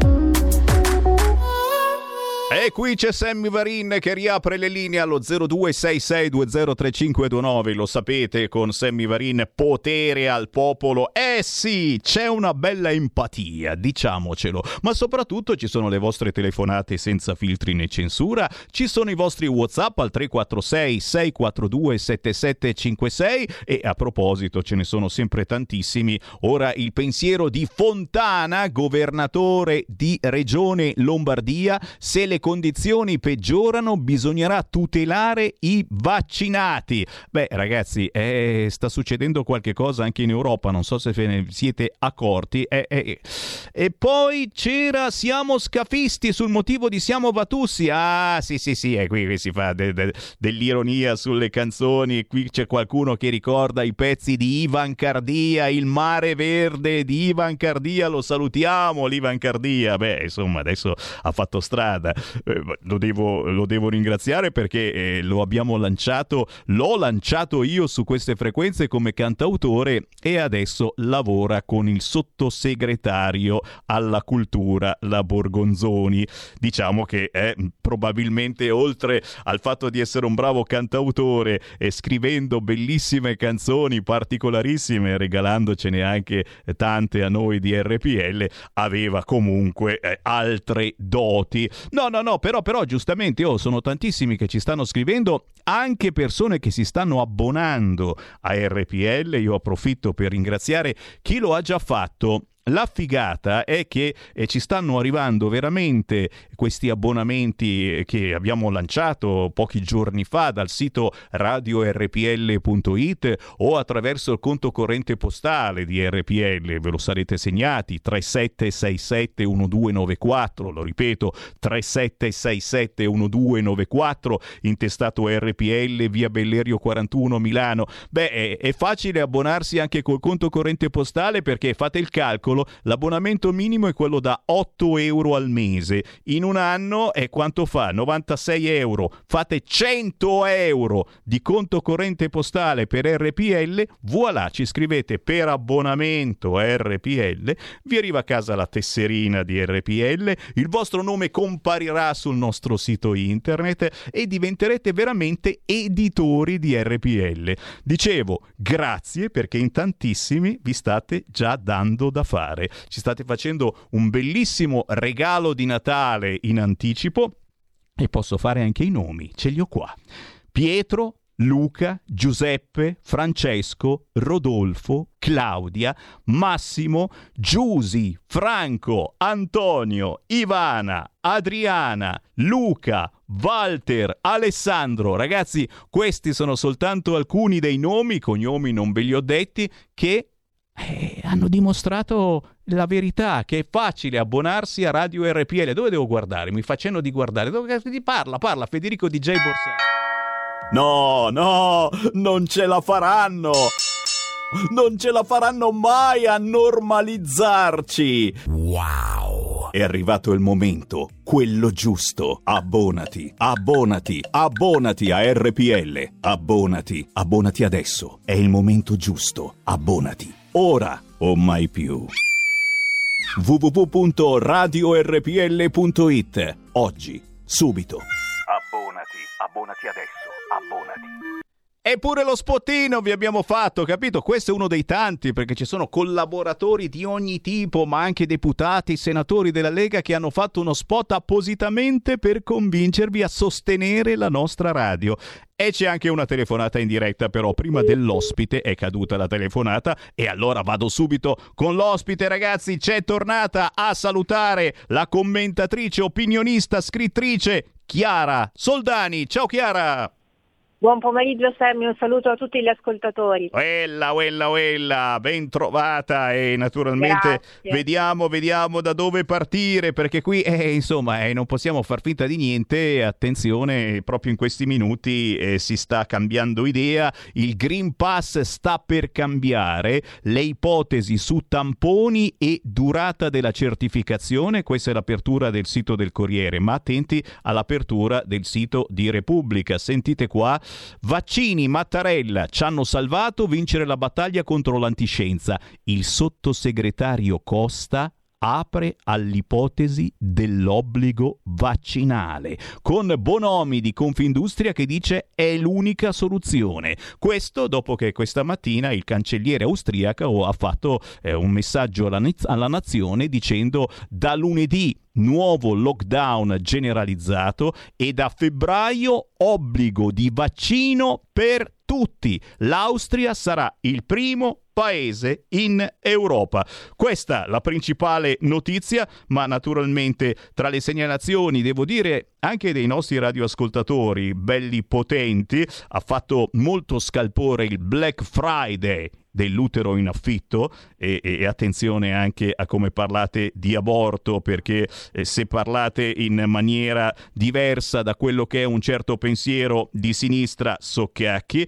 E qui c'è Sammy Varin che riapre le linee allo 0266203529. Lo sapete, con Sammy Varin potere al popolo. Sì, c'è una bella empatia, diciamocelo. Ma soprattutto ci sono le vostre telefonate senza filtri né censura. Ci sono i vostri WhatsApp al 346 642 7756. E a proposito, ce ne sono sempre tantissimi. Ora il pensiero di Fontana, governatore di Regione Lombardia: se le condizioni peggiorano bisognerà tutelare i vaccinati. Beh ragazzi, sta succedendo qualche cosa anche in Europa, non so se ve ne siete accorti. E poi c'era Siamo scafisti sul motivo di Siamo Vatussi. Sì, qui si fa dell'ironia sulle canzoni. Qui c'è qualcuno che ricorda i pezzi di Ivan Cardia, Il mare verde di Ivan Cardia. Lo salutiamo l'Ivan Cardia, insomma adesso ha fatto strada. lo devo ringraziare perché l'ho lanciato io su queste frequenze come cantautore e adesso lavora con il sottosegretario alla cultura, la Borgonzoni. Diciamo che probabilmente, oltre al fatto di essere un bravo cantautore e scrivendo bellissime canzoni particolarissime, regalandocene anche tante a noi di RPL, aveva comunque altre doti. No, però giustamente sono tantissimi che ci stanno scrivendo, anche persone che si stanno abbonando a RPL. Io approfitto per ringraziare chi lo ha già fatto. La figata è che ci stanno arrivando veramente questi abbonamenti che abbiamo lanciato pochi giorni fa dal sito radiorpl.it o attraverso il conto corrente postale di RPL. Ve lo sarete segnati: 37671294, lo ripeto, 37671294, intestato RPL, via Bellerio 41 Milano. È facile abbonarsi anche col conto corrente postale, perché fate il calcolo, l'abbonamento minimo è quello da 8 euro al mese. In un anno è quanto fa? 96 euro. Fate 100 euro di conto corrente postale per RPL, voilà, ci scrivete per abbonamento RPL, vi arriva a casa la tesserina di RPL, il vostro nome comparirà sul nostro sito internet e diventerete veramente editori di RPL. Dicevo, grazie, perché in tantissimi vi state già dando da fare. Ci state facendo un bellissimo regalo di Natale in anticipo e posso fare anche i nomi, ce li ho qua: Pietro, Luca, Giuseppe, Francesco, Rodolfo, Claudia, Massimo, Giusi, Franco, Antonio, Ivana, Adriana, Luca, Walter, Alessandro. Ragazzi, questi sono soltanto alcuni dei nomi, cognomi non ve li ho detti, che hanno dimostrato la verità, che è facile abbonarsi a Radio RPL. Dove devo guardare? Mi fa cenno di guardare. Dove parla Federico DJ Borsari. No, non ce la faranno. Non ce la faranno mai a normalizzarci. Wow! È arrivato il momento, quello giusto. Abbonati a RPL. Abbonati adesso. È il momento giusto. Abbonati. Ora o mai più. www.radiorpl.it. Oggi, subito. Abbonati adesso. Abbonati. Eppure lo spottino vi abbiamo fatto, capito? Questo è uno dei tanti, perché ci sono collaboratori di ogni tipo, ma anche deputati, senatori della Lega che hanno fatto uno spot appositamente per convincervi a sostenere la nostra radio. E c'è anche una telefonata in diretta, però prima dell'ospite è caduta la telefonata e allora vado subito con l'ospite. Ragazzi, c'è tornata a salutare la commentatrice, opinionista, scrittrice Chiara Soldani. Ciao Chiara! Buon pomeriggio Sammy, un saluto a tutti gli ascoltatori. Uella, ben trovata, e naturalmente vediamo da dove partire, perché qui non possiamo far finta di niente. Attenzione, proprio in questi minuti si sta cambiando idea, il Green Pass sta per cambiare, le ipotesi su tamponi e durata della certificazione. Questa è l'apertura del sito del Corriere, ma attenti all'apertura del sito di Repubblica. Sentite qua: vaccini, Mattarella, ci hanno salvato vincere la battaglia contro l'antiscienza. Il sottosegretario Costa apre all'ipotesi dell'obbligo vaccinale, con Bonomi di Confindustria che dice è l'unica soluzione. Questo dopo che questa mattina il cancelliere austriaco ha fatto un messaggio alla nazione dicendo: da lunedì nuovo lockdown generalizzato e da febbraio obbligo di vaccino per tutti. L'Austria sarà il primo paese in Europa. Questa la principale notizia, ma naturalmente tra le segnalazioni, devo dire, anche dei nostri radioascoltatori belli potenti, ha fatto molto scalpore il Black Friday dell'utero in affitto e attenzione anche a come parlate di aborto, perché se parlate in maniera diversa da quello che è un certo pensiero di sinistra, soccacchi.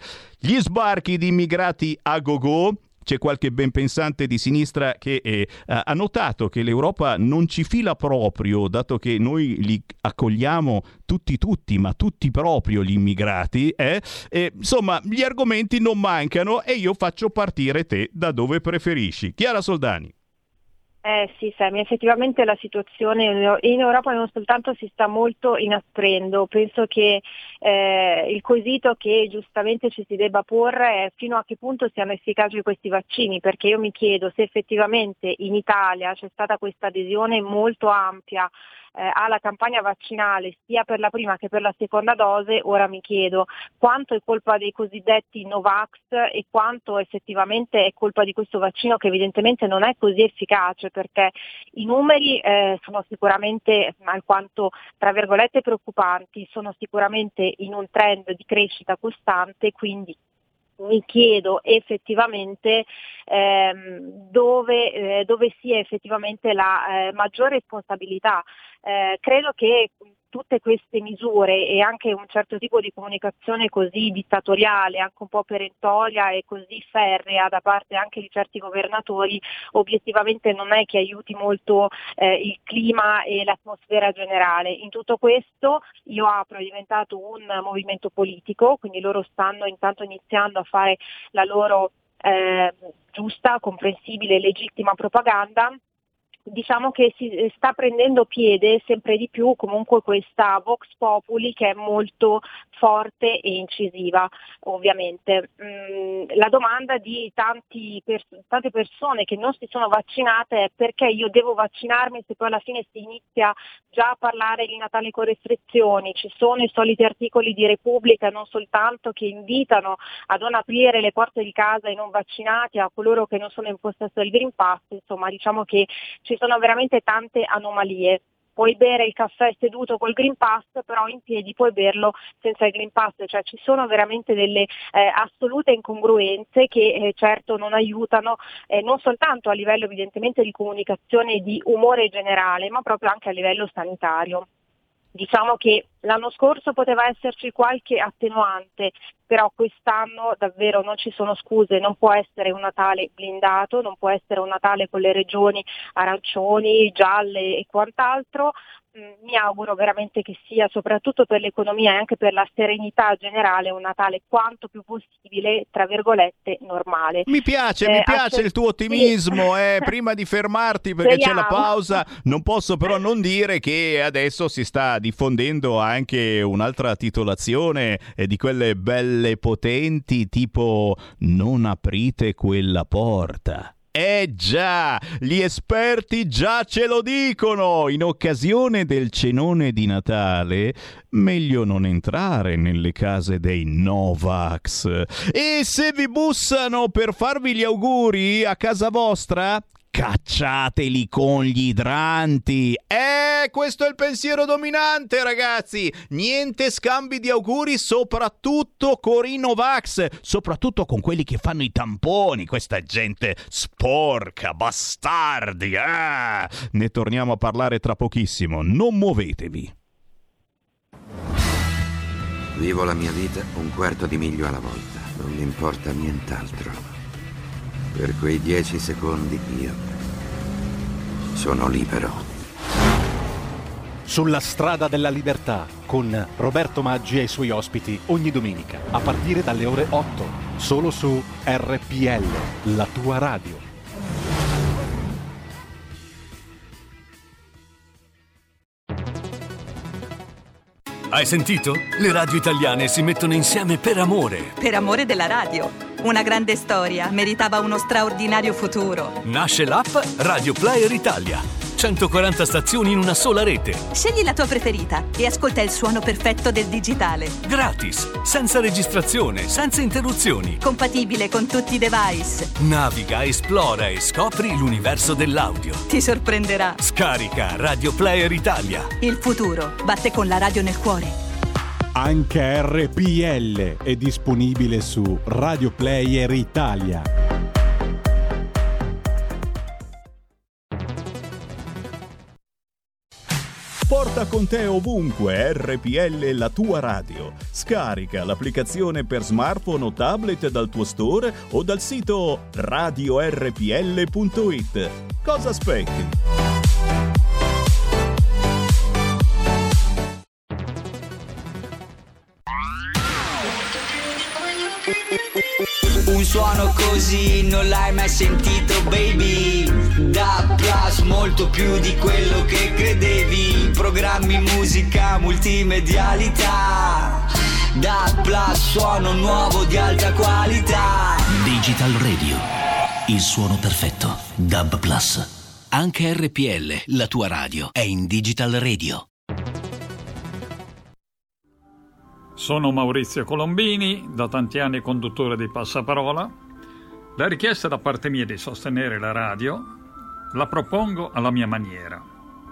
Gli sbarchi di immigrati a go-go. C'è qualche ben pensante di sinistra che ha notato che l'Europa non ci fila proprio, dato che noi li accogliamo tutti, ma tutti proprio gli immigrati. Insomma, gli argomenti non mancano e io faccio partire te da dove preferisci. Chiara Soldani. Sì, Sammy, effettivamente la situazione in Europa non soltanto si sta molto inasprendo, penso che il quesito che giustamente ci si debba porre è fino a che punto siano efficaci questi vaccini, perché io mi chiedo se effettivamente in Italia c'è stata questa adesione molto ampia alla campagna vaccinale sia per la prima che per la seconda dose. Ora mi chiedo quanto è colpa dei cosiddetti Novax e quanto effettivamente è colpa di questo vaccino che evidentemente non è così efficace, perché i numeri sono sicuramente alquanto tra virgolette preoccupanti, sono sicuramente in un trend di crescita costante, quindi mi chiedo effettivamente dove sia effettivamente la maggiore responsabilità. Credo che tutte queste misure e anche un certo tipo di comunicazione così dittatoriale, anche un po' perentoria e così ferrea da parte anche di certi governatori, obiettivamente non è che aiuti molto il clima e l'atmosfera generale. In tutto questo Io Apro è diventato un movimento politico, quindi loro stanno intanto iniziando a fare la loro giusta, comprensibile e legittima propaganda. Diciamo che si sta prendendo piede sempre di più comunque questa Vox Populi che è molto forte e incisiva, ovviamente. La domanda di tante persone che non si sono vaccinate è: perché io devo vaccinarmi se poi alla fine si inizia già a parlare di Natale con restrizioni? Ci sono i soliti articoli di Repubblica, non soltanto, che invitano a non aprire le porte di casa ai non vaccinati, a coloro che non sono in possesso del Green Pass. Insomma, diciamo che ci sono veramente tante anomalie. Puoi bere il caffè seduto col Green Pass, però in piedi puoi berlo senza il Green Pass, cioè ci sono veramente delle assolute incongruenze che certo non aiutano, non soltanto a livello evidentemente di comunicazione e di umore generale, ma proprio anche a livello sanitario. Diciamo che l'anno scorso poteva esserci qualche attenuante, però quest'anno davvero non ci sono scuse, non può essere un Natale blindato, non può essere un Natale con le regioni arancioni, gialle e quant'altro. Mi auguro veramente che sia, soprattutto per l'economia e anche per la serenità generale, un Natale quanto più possibile, tra virgolette, normale. Mi piace il tuo ottimismo. Prima di fermarti, perché c'è la pausa, non posso però non dire che adesso si sta diffondendo anche un'altra titolazione di quelle belle potenti, tipo "non aprite quella porta". Già, gli esperti già ce lo dicono. In occasione del cenone di Natale, meglio non entrare nelle case dei Novax. E se vi bussano per farvi gli auguri a casa vostra, cacciateli con gli idranti. Questo è il pensiero dominante, ragazzi. Niente scambi di auguri, soprattutto con i Novax, soprattutto con quelli che fanno i tamponi. Questa gente sporca, bastardi. Ne torniamo a parlare tra pochissimo. Non muovetevi. Vivo la mia vita un quarto di miglio alla volta. Non mi importa nient'altro. Per quei 10 secondi io sono libero. Sulla strada della libertà con Roberto Maggi e i suoi ospiti ogni domenica a partire dalle ore 8 solo su RPL, la tua radio. Hai sentito? Le radio italiane si mettono insieme per amore. Per amore della radio. Una grande storia meritava uno straordinario futuro. Nasce l'app Radio Player Italia. 140 stazioni in una sola rete. Scegli la tua preferita e ascolta il suono perfetto del digitale. Gratis, senza registrazione, senza interruzioni. Compatibile con tutti i device. Naviga, esplora e scopri l'universo dell'audio. Ti sorprenderà. Scarica Radio Player Italia. Il futuro batte con la radio nel cuore. Anche RPL è disponibile su Radio Player Italia. Porta con te ovunque RPL, la tua radio. Scarica l'applicazione per smartphone o tablet dal tuo store o dal sito radiorpl.it. Cosa aspetti? Un suono così non l'hai mai sentito, baby. Da Plus, molto più di quello che credevi. Programmi, musica, multimedialità. Da Plus, suono nuovo di alta qualità. Digital Radio, il suono perfetto. DAB Plus. Anche RPL, la tua radio, è in Digital Radio. Sono Maurizio Colombini, da tanti anni conduttore di Passaparola. La richiesta da parte mia di sostenere la radio la propongo alla mia maniera.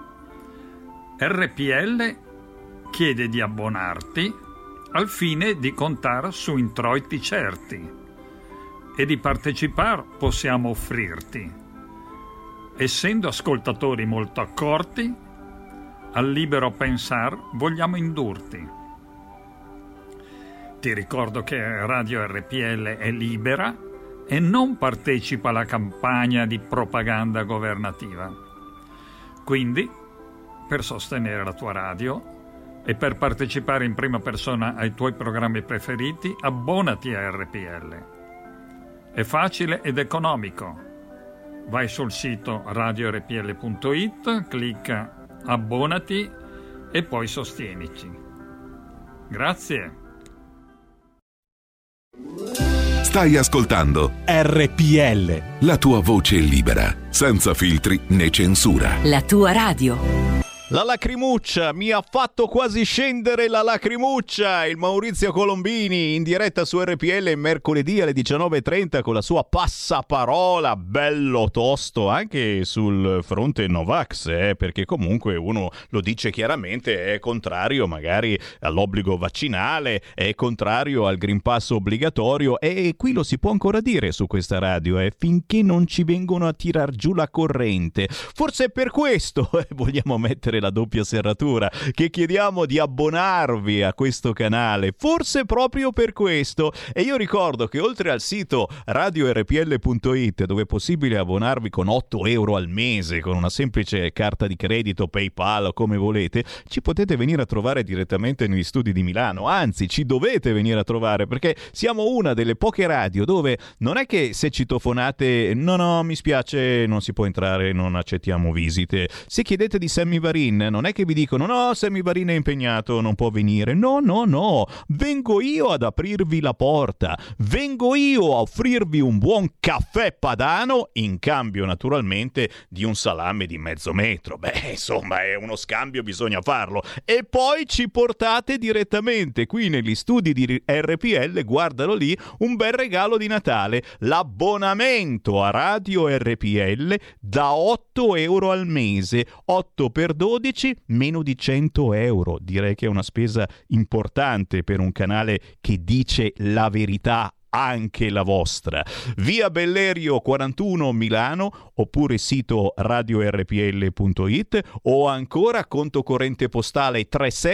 RPL chiede di abbonarti al fine di contare su introiti certi e di partecipare possiamo offrirti, essendo ascoltatori molto accorti, al libero pensar vogliamo indurti. Ti ricordo che Radio RPL è libera e non partecipa alla campagna di propaganda governativa. Quindi, per sostenere la tua radio e per partecipare in prima persona ai tuoi programmi preferiti, abbonati a RPL. È facile ed economico. Vai sul sito radiorpl.it, clicca abbonati e poi sostienici. Grazie. Stai ascoltando RPL, la tua voce libera, senza filtri né censura. La tua radio. La lacrimuccia, mi ha fatto quasi scendere la lacrimuccia. Il Maurizio Colombini in diretta su RPL mercoledì alle 19:30 con la sua passaparola, bello tosto anche sul fronte Novax, perché comunque uno lo dice chiaramente, è contrario magari all'obbligo vaccinale, è contrario al Green Pass obbligatorio, e qui lo si può ancora dire su questa radio, finché non ci vengono a tirar giù la corrente. Forse è per questo vogliamo mettere la doppia serratura, che chiediamo di abbonarvi a questo canale, forse proprio per questo. E io ricordo che oltre al sito radiorpl.it, dove è possibile abbonarvi con 8 euro al mese con una semplice carta di credito, PayPal o come volete, ci potete venire a trovare direttamente negli studi di Milano, anzi ci dovete venire a trovare, perché siamo una delle poche radio dove non è che se citofonate no mi spiace non si può entrare, non accettiamo visite. Se chiedete di Sammy Varin non è che vi dicono no, Sammy Varin è impegnato, non può venire. No, vengo io ad aprirvi la porta, vengo io a offrirvi un buon caffè padano in cambio naturalmente di un salame di mezzo metro. Insomma è uno scambio, bisogna farlo. E poi ci portate direttamente qui negli studi di RPL, guardalo lì, un bel regalo di Natale, l'abbonamento a Radio RPL da 8 euro al mese, 8 per 12, meno di 100 euro. Direi che è una spesa importante per un canale che dice la verità, anche la vostra. Via Bellerio 41 Milano, oppure sito radiorpl.it, o ancora conto corrente postale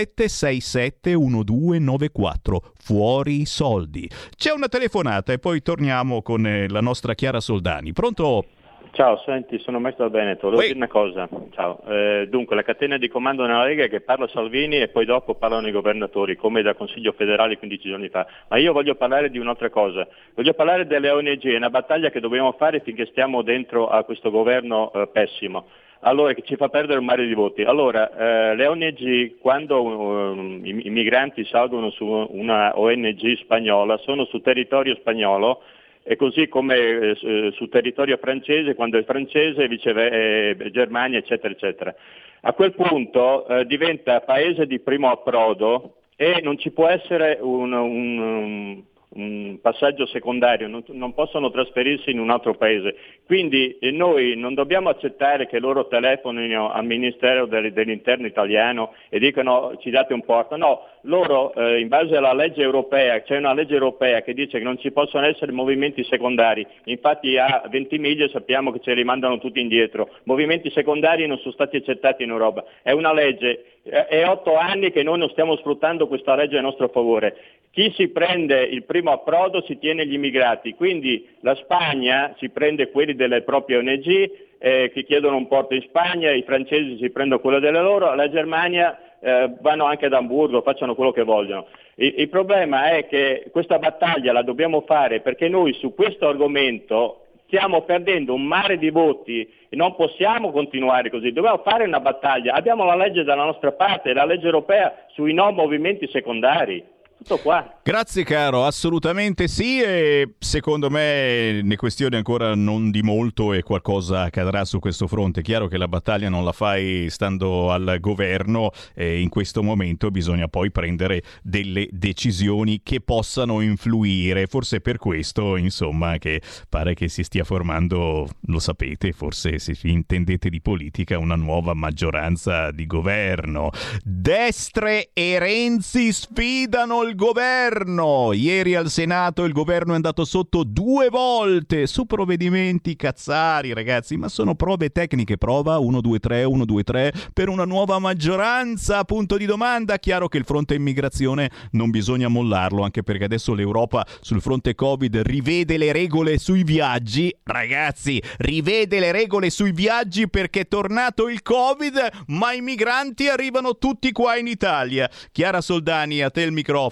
37671294. Fuori i soldi. C'è una telefonata e poi torniamo con la nostra Chiara Soldani. Pronto? Ciao, senti, sono Maestro Veneto, volevo dire una cosa. Ciao. Dunque, la catena di comando nella Lega è che parla Salvini e poi dopo parlano i governatori, come da Consiglio federale 15 giorni fa. Ma io voglio parlare di un'altra cosa. Voglio parlare delle ONG, è una battaglia che dobbiamo fare finché stiamo dentro a questo governo pessimo. Allora, che ci fa perdere un mare di voti. Allora, le ONG, quando i migranti salgono su una ONG spagnola, sono su territorio spagnolo, e così come su territorio francese, quando è francese, Germania, eccetera, eccetera. A quel punto diventa paese di primo approdo e non ci può essere un un passaggio secondario, non possono trasferirsi in un altro paese. Quindi noi non dobbiamo accettare che loro telefonino al Ministero dell'Interno italiano e dicano ci date un porto. No, loro in base alla legge europea, c'è una legge europea che dice che non ci possono essere movimenti secondari, infatti a Ventimiglia sappiamo che ce li mandano tutti indietro, movimenti secondari non sono stati accettati in Europa, è una legge, è 8 anni che noi non stiamo sfruttando questa legge a nostro favore. Chi si prende il primo approdo si tiene gli immigrati, quindi la Spagna si prende quelli delle proprie ONG che chiedono un porto in Spagna, i francesi si prendono quello delle loro, la Germania vanno anche ad Amburgo, facciano quello che vogliono. Il problema è che questa battaglia la dobbiamo fare perché noi su questo argomento stiamo perdendo un mare di voti e non possiamo continuare così, dobbiamo fare una battaglia, abbiamo la legge dalla nostra parte, la legge europea sui no movimenti secondari. Tutto qua. Grazie caro, assolutamente sì, e secondo me ne questioni ancora non di molto e qualcosa accadrà su questo fronte. È chiaro che la battaglia non la fai stando al governo e in questo momento bisogna poi prendere delle decisioni che possano influire, forse per questo insomma che pare che si stia formando, lo sapete, forse se intendete di politica, una nuova maggioranza di governo. Destre e Renzi sfidano il governo. Ieri al Senato il governo è andato sotto 2 volte su provvedimenti cazzari, ragazzi, ma sono prove tecniche. Prova 1, 2, 3 per una nuova maggioranza, punto di domanda. Chiaro che il fronte immigrazione non bisogna mollarlo, anche perché adesso l'Europa sul fronte Covid rivede le regole sui viaggi, ragazzi, rivede le regole sui viaggi perché è tornato il Covid, ma i migranti arrivano tutti qua in Italia. Chiara Soldani, a te il microfono.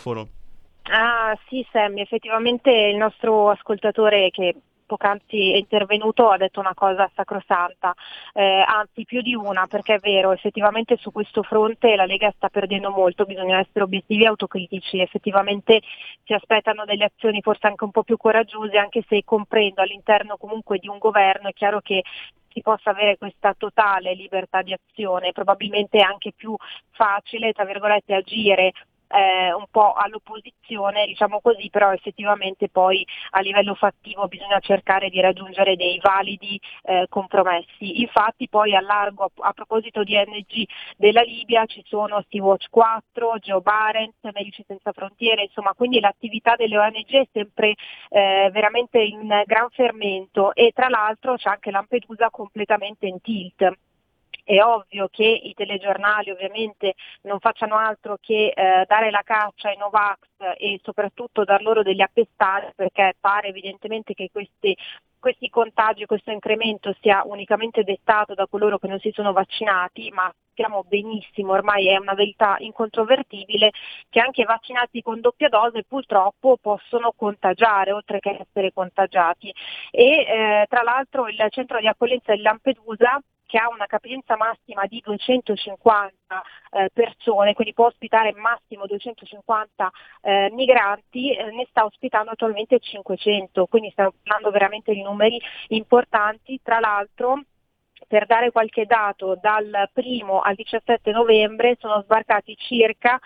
Ah sì Sammy, effettivamente il nostro ascoltatore che poc'anzi è intervenuto ha detto una cosa sacrosanta, anzi più di una, perché è vero, effettivamente su questo fronte la Lega sta perdendo molto, bisogna essere obiettivi e autocritici, effettivamente si aspettano delle azioni forse anche un po' più coraggiose, anche se comprendo all'interno comunque di un governo è chiaro che si possa avere questa totale libertà di azione, probabilmente è anche più facile, tra virgolette, agire un po' all'opposizione, diciamo così, però effettivamente poi a livello fattivo bisogna cercare di raggiungere dei validi compromessi. Infatti poi allargo a proposito di ONG della Libia ci sono Sea-Watch 4, Joe Barents, Medici Senza Frontiere, insomma, quindi l'attività delle ONG è sempre veramente in gran fermento e tra l'altro c'è anche Lampedusa completamente in tilt. È ovvio che i telegiornali ovviamente non facciano altro che dare la caccia ai Novax e soprattutto dar loro degli appestati, perché pare evidentemente che questi contagi, questo incremento sia unicamente dettato da coloro che non si sono vaccinati, ma sappiamo benissimo, ormai è una verità incontrovertibile, che anche vaccinati con doppia dose purtroppo possono contagiare, oltre che essere contagiati. E tra l'altro il centro di accoglienza di Lampedusa, che ha una capienza massima di 250 persone, quindi può ospitare massimo 250 migranti, ne sta ospitando attualmente 500, quindi stiamo parlando veramente di numeri importanti. Tra l'altro, per dare qualche dato, dal 1 al 17 novembre sono sbarcati circa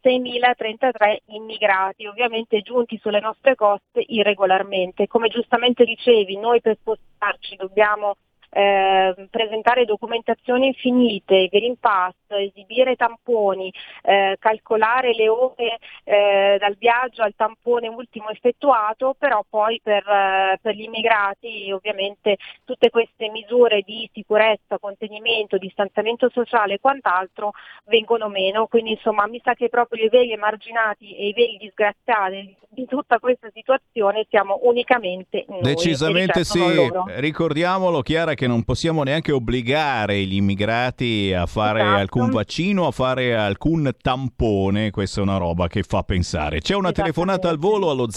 6.033 immigrati, ovviamente giunti sulle nostre coste irregolarmente. Come giustamente dicevi, noi per spostarci dobbiamo presentare documentazioni infinite, Green Pass, esibire tamponi, calcolare le ore dal viaggio al tampone ultimo effettuato, però poi per gli immigrati ovviamente tutte queste misure di sicurezza, contenimento, distanziamento sociale e quant'altro vengono meno, quindi insomma mi sa che proprio i veri emarginati e i veri disgraziati di tutta questa situazione siamo unicamente noi. Decisamente sì, loro. Ricordiamolo Chiara che non possiamo neanche obbligare gli immigrati a fare alcun vaccino, a fare alcun tampone, questa è una roba che fa pensare. C'è una telefonata al volo allo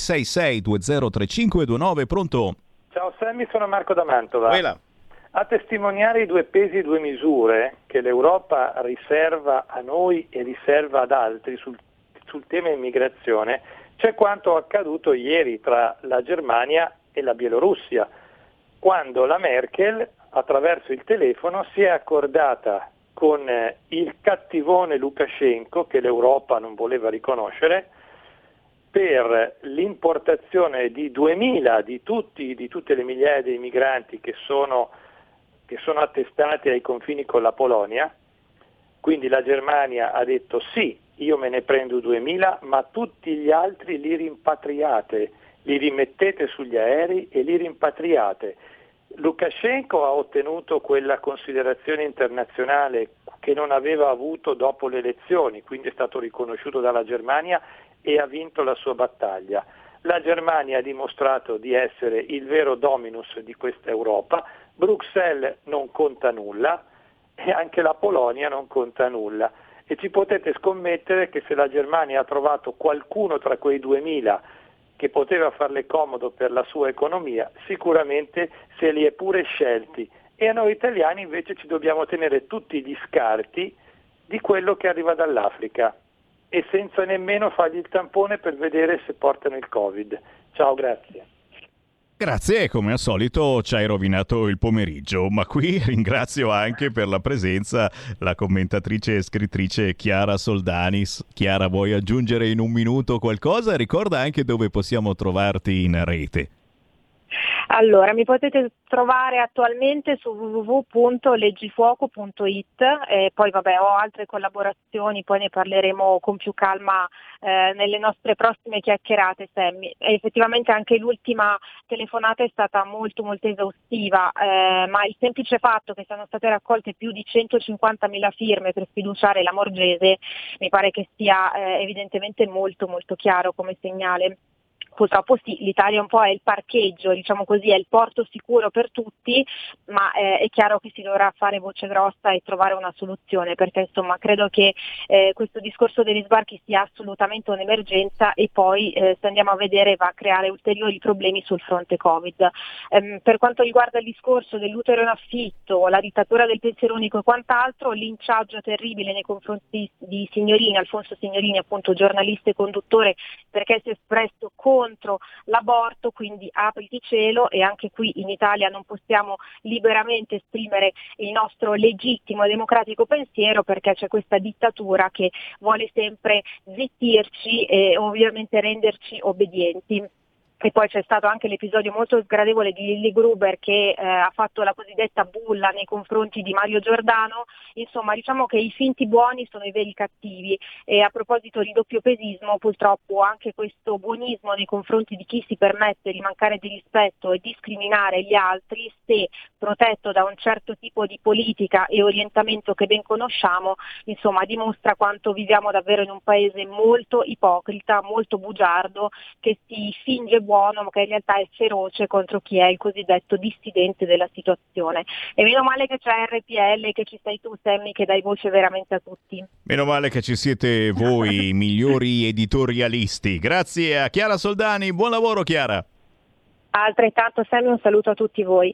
0266203529, pronto? Ciao Sammy, sono Marco da Mantova. Quella. A testimoniare i 2 pesi e 2 misure che l'Europa riserva a noi e riserva ad altri sul tema immigrazione, c'è quanto accaduto ieri tra la Germania e la Bielorussia, quando la Merkel attraverso il telefono si è accordata con il cattivone Lukashenko, che l'Europa non voleva riconoscere, per l'importazione di 2000 di tutte le migliaia di migranti che sono attestati ai confini con la Polonia. Quindi la Germania ha detto sì, io me ne prendo 2000, ma tutti gli altri li rimpatriate, li rimettete sugli aerei e li rimpatriate. Lukashenko ha ottenuto quella considerazione internazionale che non aveva avuto dopo le elezioni, quindi è stato riconosciuto dalla Germania e ha vinto la sua battaglia. La Germania ha dimostrato di essere il vero dominus di questa Europa, Bruxelles non conta nulla e anche la Polonia non conta nulla. E ci potete scommettere che se la Germania ha trovato qualcuno tra quei 2000 che poteva farle comodo per la sua economia, sicuramente se li è pure scelti. E a noi italiani invece ci dobbiamo tenere tutti gli scarti di quello che arriva dall'Africa e senza nemmeno fargli il tampone per vedere se portano il Covid. Ciao, grazie. Grazie, come al solito ci hai rovinato il pomeriggio, ma qui ringrazio anche per la presenza la commentatrice e scrittrice Chiara Soldani. Chiara, vuoi aggiungere in un minuto qualcosa? Ricorda anche dove possiamo trovarti in rete. Allora, mi potete trovare attualmente su www.leggifuoco.it, poi vabbè ho altre collaborazioni, poi ne parleremo con più calma nelle nostre prossime chiacchierate, Sammy. E effettivamente anche l'ultima telefonata è stata molto molto esaustiva, ma il semplice fatto che siano state raccolte più di 150.000 firme per sfiduciare la Morgese mi pare che sia evidentemente molto molto chiaro come segnale. Purtroppo sì, l'Italia un po' è il parcheggio, diciamo così, è il porto sicuro per tutti, ma è chiaro che si dovrà fare voce grossa e trovare una soluzione, perché insomma credo che questo discorso degli sbarchi sia assolutamente un'emergenza e poi se andiamo a vedere va a creare ulteriori problemi sul fronte Covid. Per quanto riguarda il discorso dell'utero in affitto, la dittatura del pensiero unico e quant'altro, linciaggio terribile nei confronti di Signorini, Alfonso Signorini, appunto giornalista e conduttore, perché si è espresso contro l'aborto, quindi apriti cielo, e anche qui in Italia non possiamo liberamente esprimere il nostro legittimo e democratico pensiero perché c'è questa dittatura che vuole sempre zittirci e ovviamente renderci obbedienti. E poi c'è stato anche l'episodio molto sgradevole di Lilli Gruber che ha fatto la cosiddetta bulla nei confronti di Mario Giordano. Insomma, diciamo che i finti buoni sono i veri cattivi, e a proposito di doppiopesismo, purtroppo anche questo buonismo nei confronti di chi si permette di mancare di rispetto e discriminare gli altri, se protetto da un certo tipo di politica e orientamento che ben conosciamo, insomma dimostra quanto viviamo davvero in un paese molto ipocrita, molto bugiardo, che si finge buono ma che in realtà è feroce contro chi è il cosiddetto dissidente della situazione. E meno male che c'è RPL, che ci sei tu, Sammy, che dai voce veramente a tutti. Meno male che ci siete voi, migliori editorialisti. Grazie a Chiara Soldani, buon lavoro Chiara. Altrettanto, Sammy, un saluto a tutti voi.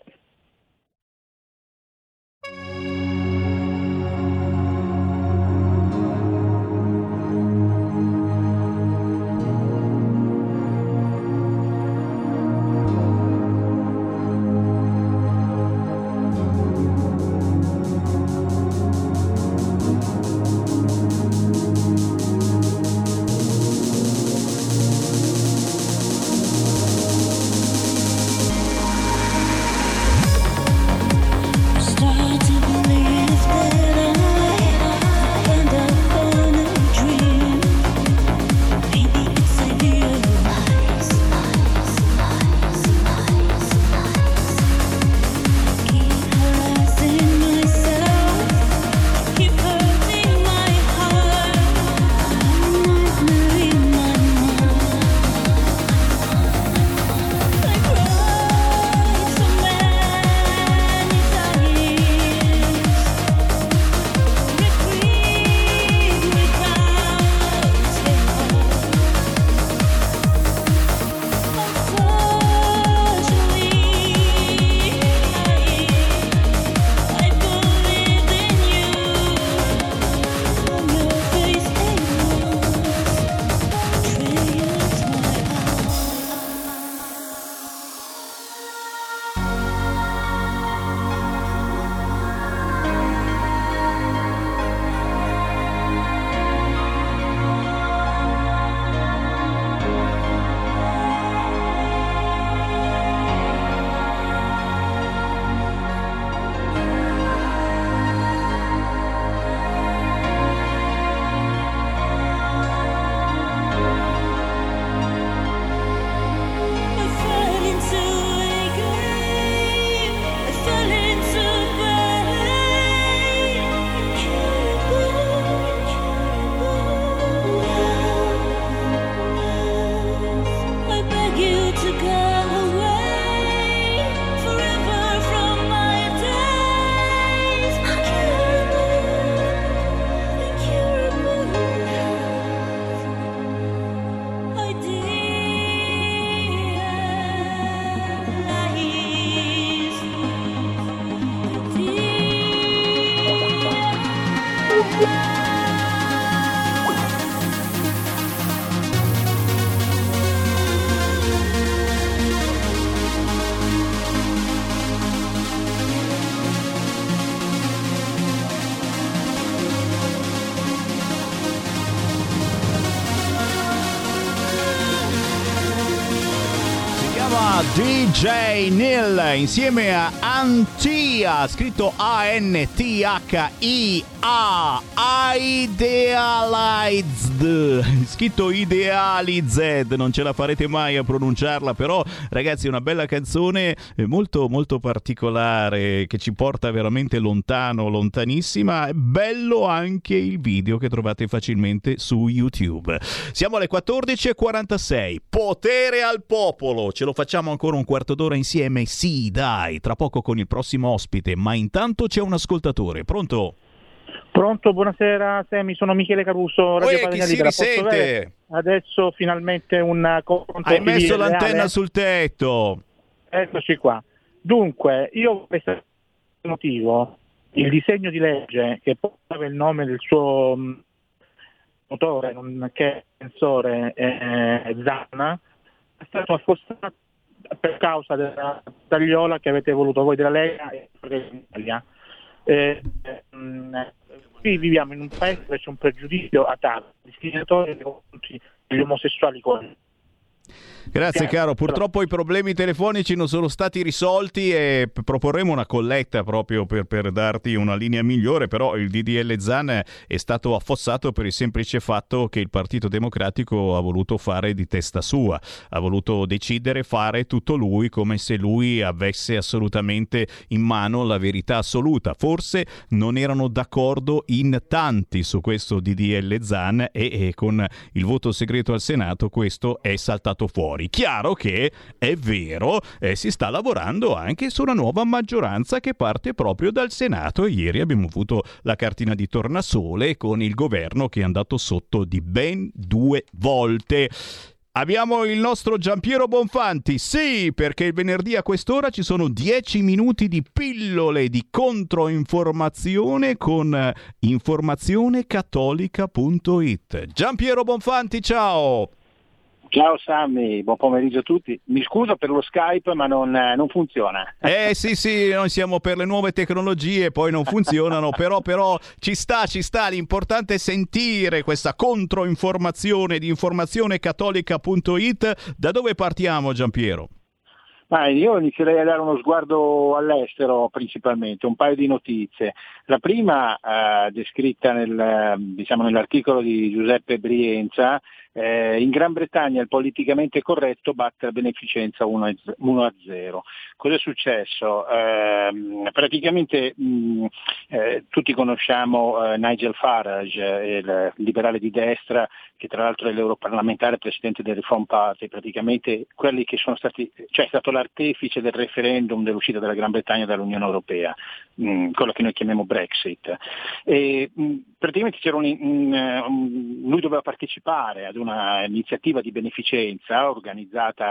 DJ Neil insieme a Antia, scritto A-N-T-H-I-A, Idealized, scritto Idealized, non ce la farete mai a pronunciarla, però ragazzi è una bella canzone molto molto particolare che ci porta veramente lontano, lontanissima. È bello anche il video che trovate facilmente su YouTube. Siamo alle 14:46, potere al popolo, ce lo facciamo ancora un quarto d'ora insieme? Sì, dai, tra poco con il prossimo ospite, ma intanto c'è un ascoltatore. Pronto? Pronto, buonasera Sammy, sono Michele Caruso, Radio Padania Libera. Si risente? Adesso finalmente un confronto. Hai messo l'antenna reale. Sul tetto. Eccoci qua. Dunque, io per motivo il disegno di legge che portava il nome del suo motore, che è il sensore Zan, è stato affossato per causa della tagliola che avete voluto voi della Lega e dell'Italia. Qui viviamo in un paese dove c'è un pregiudizio atavico, discriminatorio nei confronti degli omosessuali. Grazie caro, purtroppo i problemi telefonici non sono stati risolti e proporremo una colletta proprio per darti una linea migliore, però il DDL Zan è stato affossato per il semplice fatto che il Partito Democratico ha voluto fare di testa sua, ha voluto decidere fare tutto lui come se lui avesse assolutamente in mano la verità assoluta. Forse non erano d'accordo in tanti su questo DDL Zan e con il voto segreto al Senato questo è saltato fuori. Chiaro che è vero, si sta lavorando anche su una nuova maggioranza che parte proprio dal Senato e ieri abbiamo avuto la cartina di tornasole con il governo che è andato sotto di ben 2 volte. Abbiamo il nostro Giampiero Bonfanti, sì, perché il venerdì a quest'ora ci sono 10 minuti di pillole di controinformazione con informazionecattolica.it. Giampiero Bonfanti, ciao! Ciao Sammy, buon pomeriggio a tutti. Mi scuso per lo Skype ma non funziona. Sì, noi siamo per le nuove tecnologie, poi non funzionano, però ci sta, l'importante è sentire questa controinformazione di informazionecattolica.it. Da dove partiamo Giampiero? Io inizierei a dare uno sguardo all'estero principalmente, un paio di notizie. La prima descritta nell'articolo di Giuseppe Brienza, in Gran Bretagna il politicamente corretto batte la beneficenza 1-0. Cosa è successo? Praticamente tutti conosciamo Nigel Farage, il liberale di destra, che tra l'altro è l'europarlamentare presidente del Reform Party, praticamente quelli che sono stati, cioè è stato l'artefice del referendum dell'uscita della Gran Bretagna dall'Unione Europea, quello che noi chiamiamo Brexit. E, praticamente c'era lui doveva partecipare ad una iniziativa di beneficenza organizzata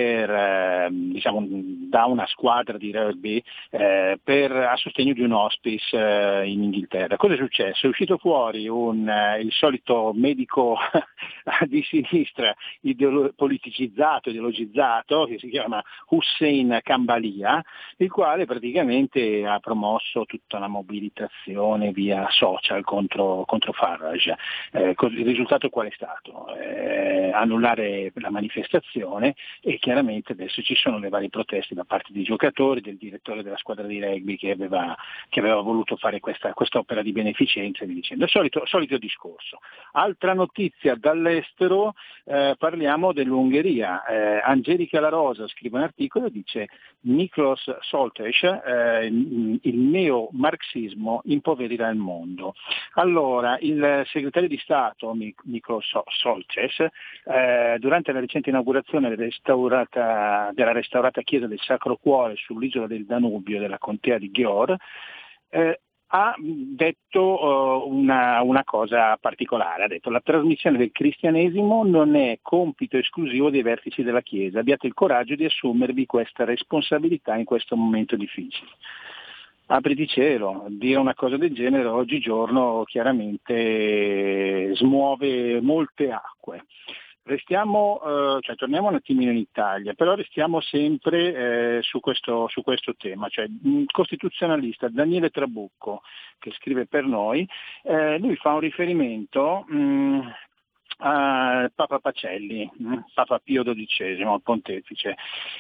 da una squadra di rugby a sostegno di un hospice in Inghilterra. Cosa è successo? È uscito fuori il solito medico di sinistra politicizzato, ideologizzato, che si chiama Hussein Kambalia, il quale praticamente ha promosso tutta una mobilitazione via social contro Farage. Il risultato qual è stato? Annullare la manifestazione e chiaramente adesso ci sono le varie proteste da parte dei giocatori, del direttore della squadra di rugby che aveva voluto fare questa opera di beneficenza e via dicendo. Solito discorso. Altra notizia dall'estero, parliamo dell'Ungheria. Angelica La Rosa scrive un articolo e dice Miklos Soltes, il neomarxismo impoverirà il mondo. Allora, il segretario di Stato Miklos Soltes, durante la recente inaugurazione della restaurata chiesa del Sacro Cuore sull'isola del Danubio della contea di Győr, ha detto una cosa particolare, ha detto: la trasmissione del cristianesimo non è compito esclusivo dei vertici della Chiesa, abbiate il coraggio di assumervi questa responsabilità in questo momento difficile. Apriti cielo, dire una cosa del genere oggigiorno chiaramente smuove molte acque. Torniamo un attimino in Italia, però restiamo sempre su questo tema, cioè un costituzionalista Daniele Trabucco, che scrive per noi, lui fa un riferimento Papa Pacelli, Papa Pio XII, pontefice.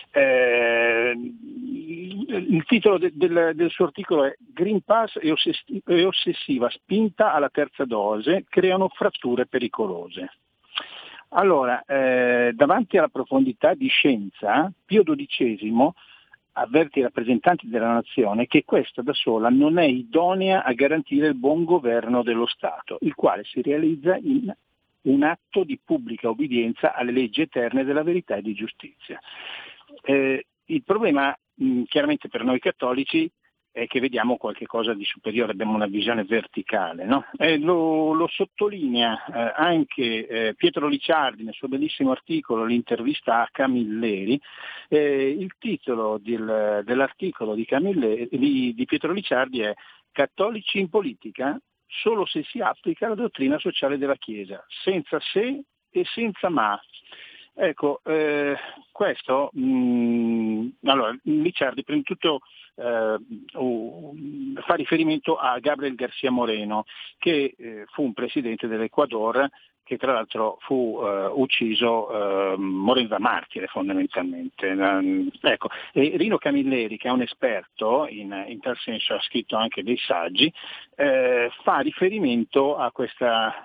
Il titolo del suo articolo è Green Pass e ossessiva spinta alla terza dose creano fratture pericolose. Allora, davanti alla profondità di scienza, Pio XII avverte i rappresentanti della nazione che questa da sola non è idonea a garantire il buon governo dello Stato, il quale si realizza in un atto di pubblica obbedienza alle leggi eterne della verità e di giustizia. Il problema, chiaramente per noi cattolici, è che vediamo qualche cosa di superiore, abbiamo una visione verticale, no? Lo sottolinea anche Pietro Licciardi nel suo bellissimo articolo, l'intervista a Camilleri. Il titolo dell'articolo di Pietro Licciardi è Cattolici in politica solo se si applica la dottrina sociale della Chiesa, senza se e senza ma. Ecco, questo, allora, Licciardi prima di tutto fa riferimento a Gabriel García Moreno, che fu un presidente dell'Ecuador, che tra l'altro fu ucciso morendo da martire fondamentalmente. Ecco, e Rino Camilleri, che è un esperto in tal senso, ha scritto anche dei saggi, fa riferimento a questa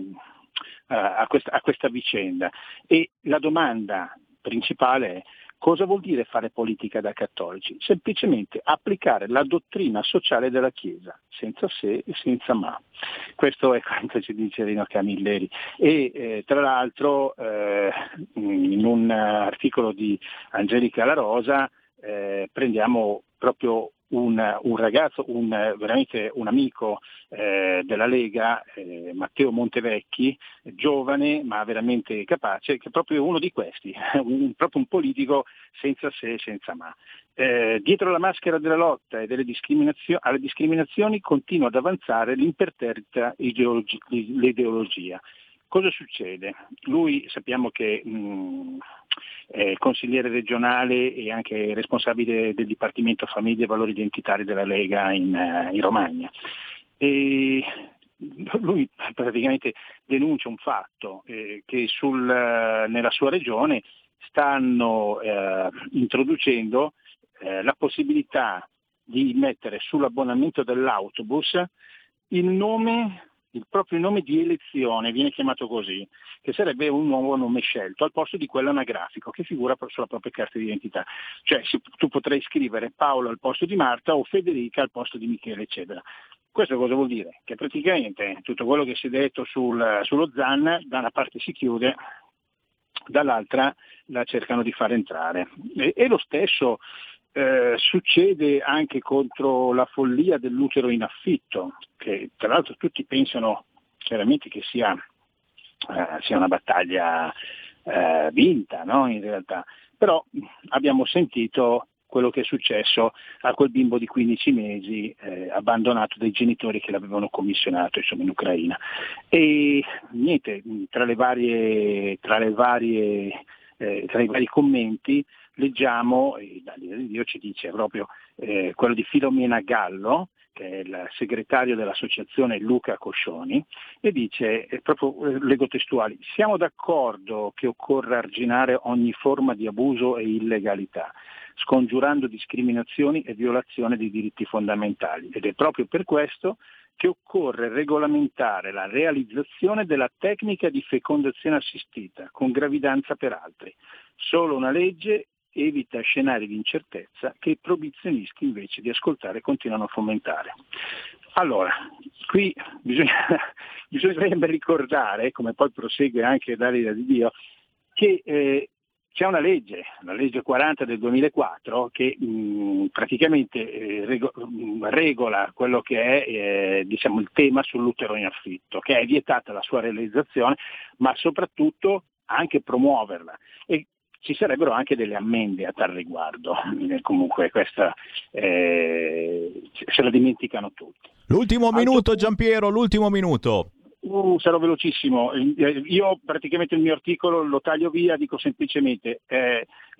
vicenda, e la domanda principale è: cosa vuol dire fare politica da cattolici? Semplicemente applicare la dottrina sociale della Chiesa, senza se e senza ma. Questo è quanto ci dice Rino Camilleri. E tra l'altro in un articolo di Angelica La Rosa prendiamo proprio un ragazzo, veramente un amico della Lega, Matteo Montevecchi, giovane ma veramente capace, che è proprio uno di questi, proprio un politico senza se e senza ma. Dietro la maschera della lotta e alle discriminazioni continua ad avanzare l'imperterrita l'ideologia. Cosa succede? Lui sappiamo che è consigliere regionale e anche responsabile del Dipartimento Famiglia e Valori Identitari della Lega in Romagna. E lui praticamente denuncia un fatto, che nella sua regione stanno introducendo la possibilità di mettere sull'abbonamento dell'autobus il proprio nome di elezione, viene chiamato così, che sarebbe un nuovo nome scelto al posto di quello anagrafico che figura sulla propria carta di identità. Cioè tu potrai scrivere Paolo al posto di Marta o Federica al posto di Michele, eccetera. Questo cosa vuol dire? Che praticamente tutto quello che si è detto sullo ZAN da una parte si chiude, dall'altra la cercano di far entrare. E lo stesso succede anche contro la follia dell'utero in affitto, che tra l'altro tutti pensano chiaramente che sia una battaglia vinta, no? In realtà. Però abbiamo sentito quello che è successo a quel bimbo di 15 mesi abbandonato dai genitori che l'avevano commissionato, insomma, in Ucraina. E niente, tra i vari commenti leggiamo, e Dio ci dice proprio quello di Filomena Gallo, che è il segretario dell'associazione Luca Coscioni, e dice, proprio leggo testuali: siamo d'accordo che occorra arginare ogni forma di abuso e illegalità, scongiurando discriminazioni e violazione dei diritti fondamentali, ed è proprio per questo che occorre regolamentare la realizzazione della tecnica di fecondazione assistita con gravidanza per altri. Solo una legge evita scenari di incertezza che i proibizionisti invece di ascoltare continuano a fomentare. Allora, qui bisognerebbe ricordare, come poi prosegue anche l'ira di Dio, che c'è una legge, la legge 40 del 2004, che praticamente regola quello che è il tema sull'utero in affitto, che è vietata la sua realizzazione, ma soprattutto anche promuoverla. E ci sarebbero anche delle ammende a tal riguardo, comunque questa se la dimenticano tutti. L'ultimo minuto, Giampiero, l'ultimo minuto. Sarò velocissimo. Io praticamente il mio articolo lo taglio via, dico semplicemente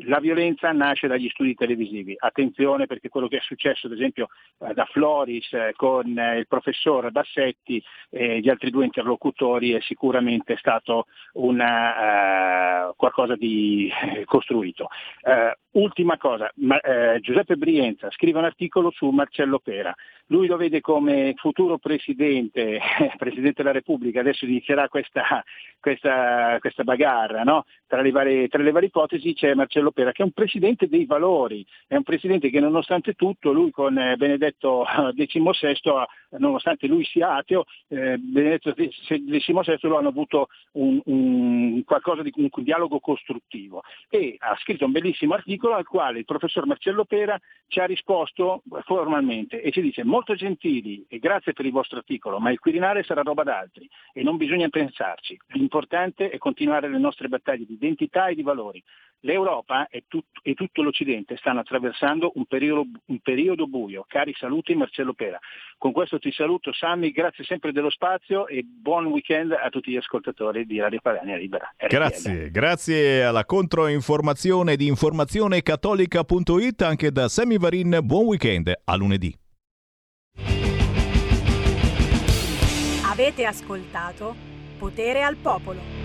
La violenza nasce dagli studi televisivi. Attenzione, perché quello che è successo ad esempio da Floris con il professor Bassetti e gli altri due interlocutori è sicuramente stato qualcosa di costruito. Ultima cosa, Giuseppe Brienza scrive un articolo su Marcello Pera. Lui lo vede come futuro presidente della Repubblica. Adesso inizierà questa bagarre, no? Tra le varie ipotesi c'è Marcello Pera, che è un presidente dei valori, è un presidente che nonostante tutto, lui con Benedetto XVI, nonostante lui sia ateo, Benedetto XVI lo hanno avuto qualcosa di un dialogo costruttivo, e ha scritto un bellissimo articolo al quale il professor Marcello Pera ci ha risposto formalmente e ci dice: molto gentili e grazie per il vostro articolo, ma il Quirinale sarà roba d'altri e non bisogna pensarci. L'importante è continuare le nostre battaglie di identità e di valori. L'Europa e tutto l'Occidente stanno attraversando un periodo buio. Cari saluti, Marcello Pera. Con questo ti saluto, Sammy, grazie sempre dello spazio e buon weekend a tutti gli ascoltatori di Radio Padania Libera. Grazie alla controinformazione di informazionecattolica.it anche da Sammy Varin. Buon weekend, a lunedì. Avete ascoltato Potere al Popolo.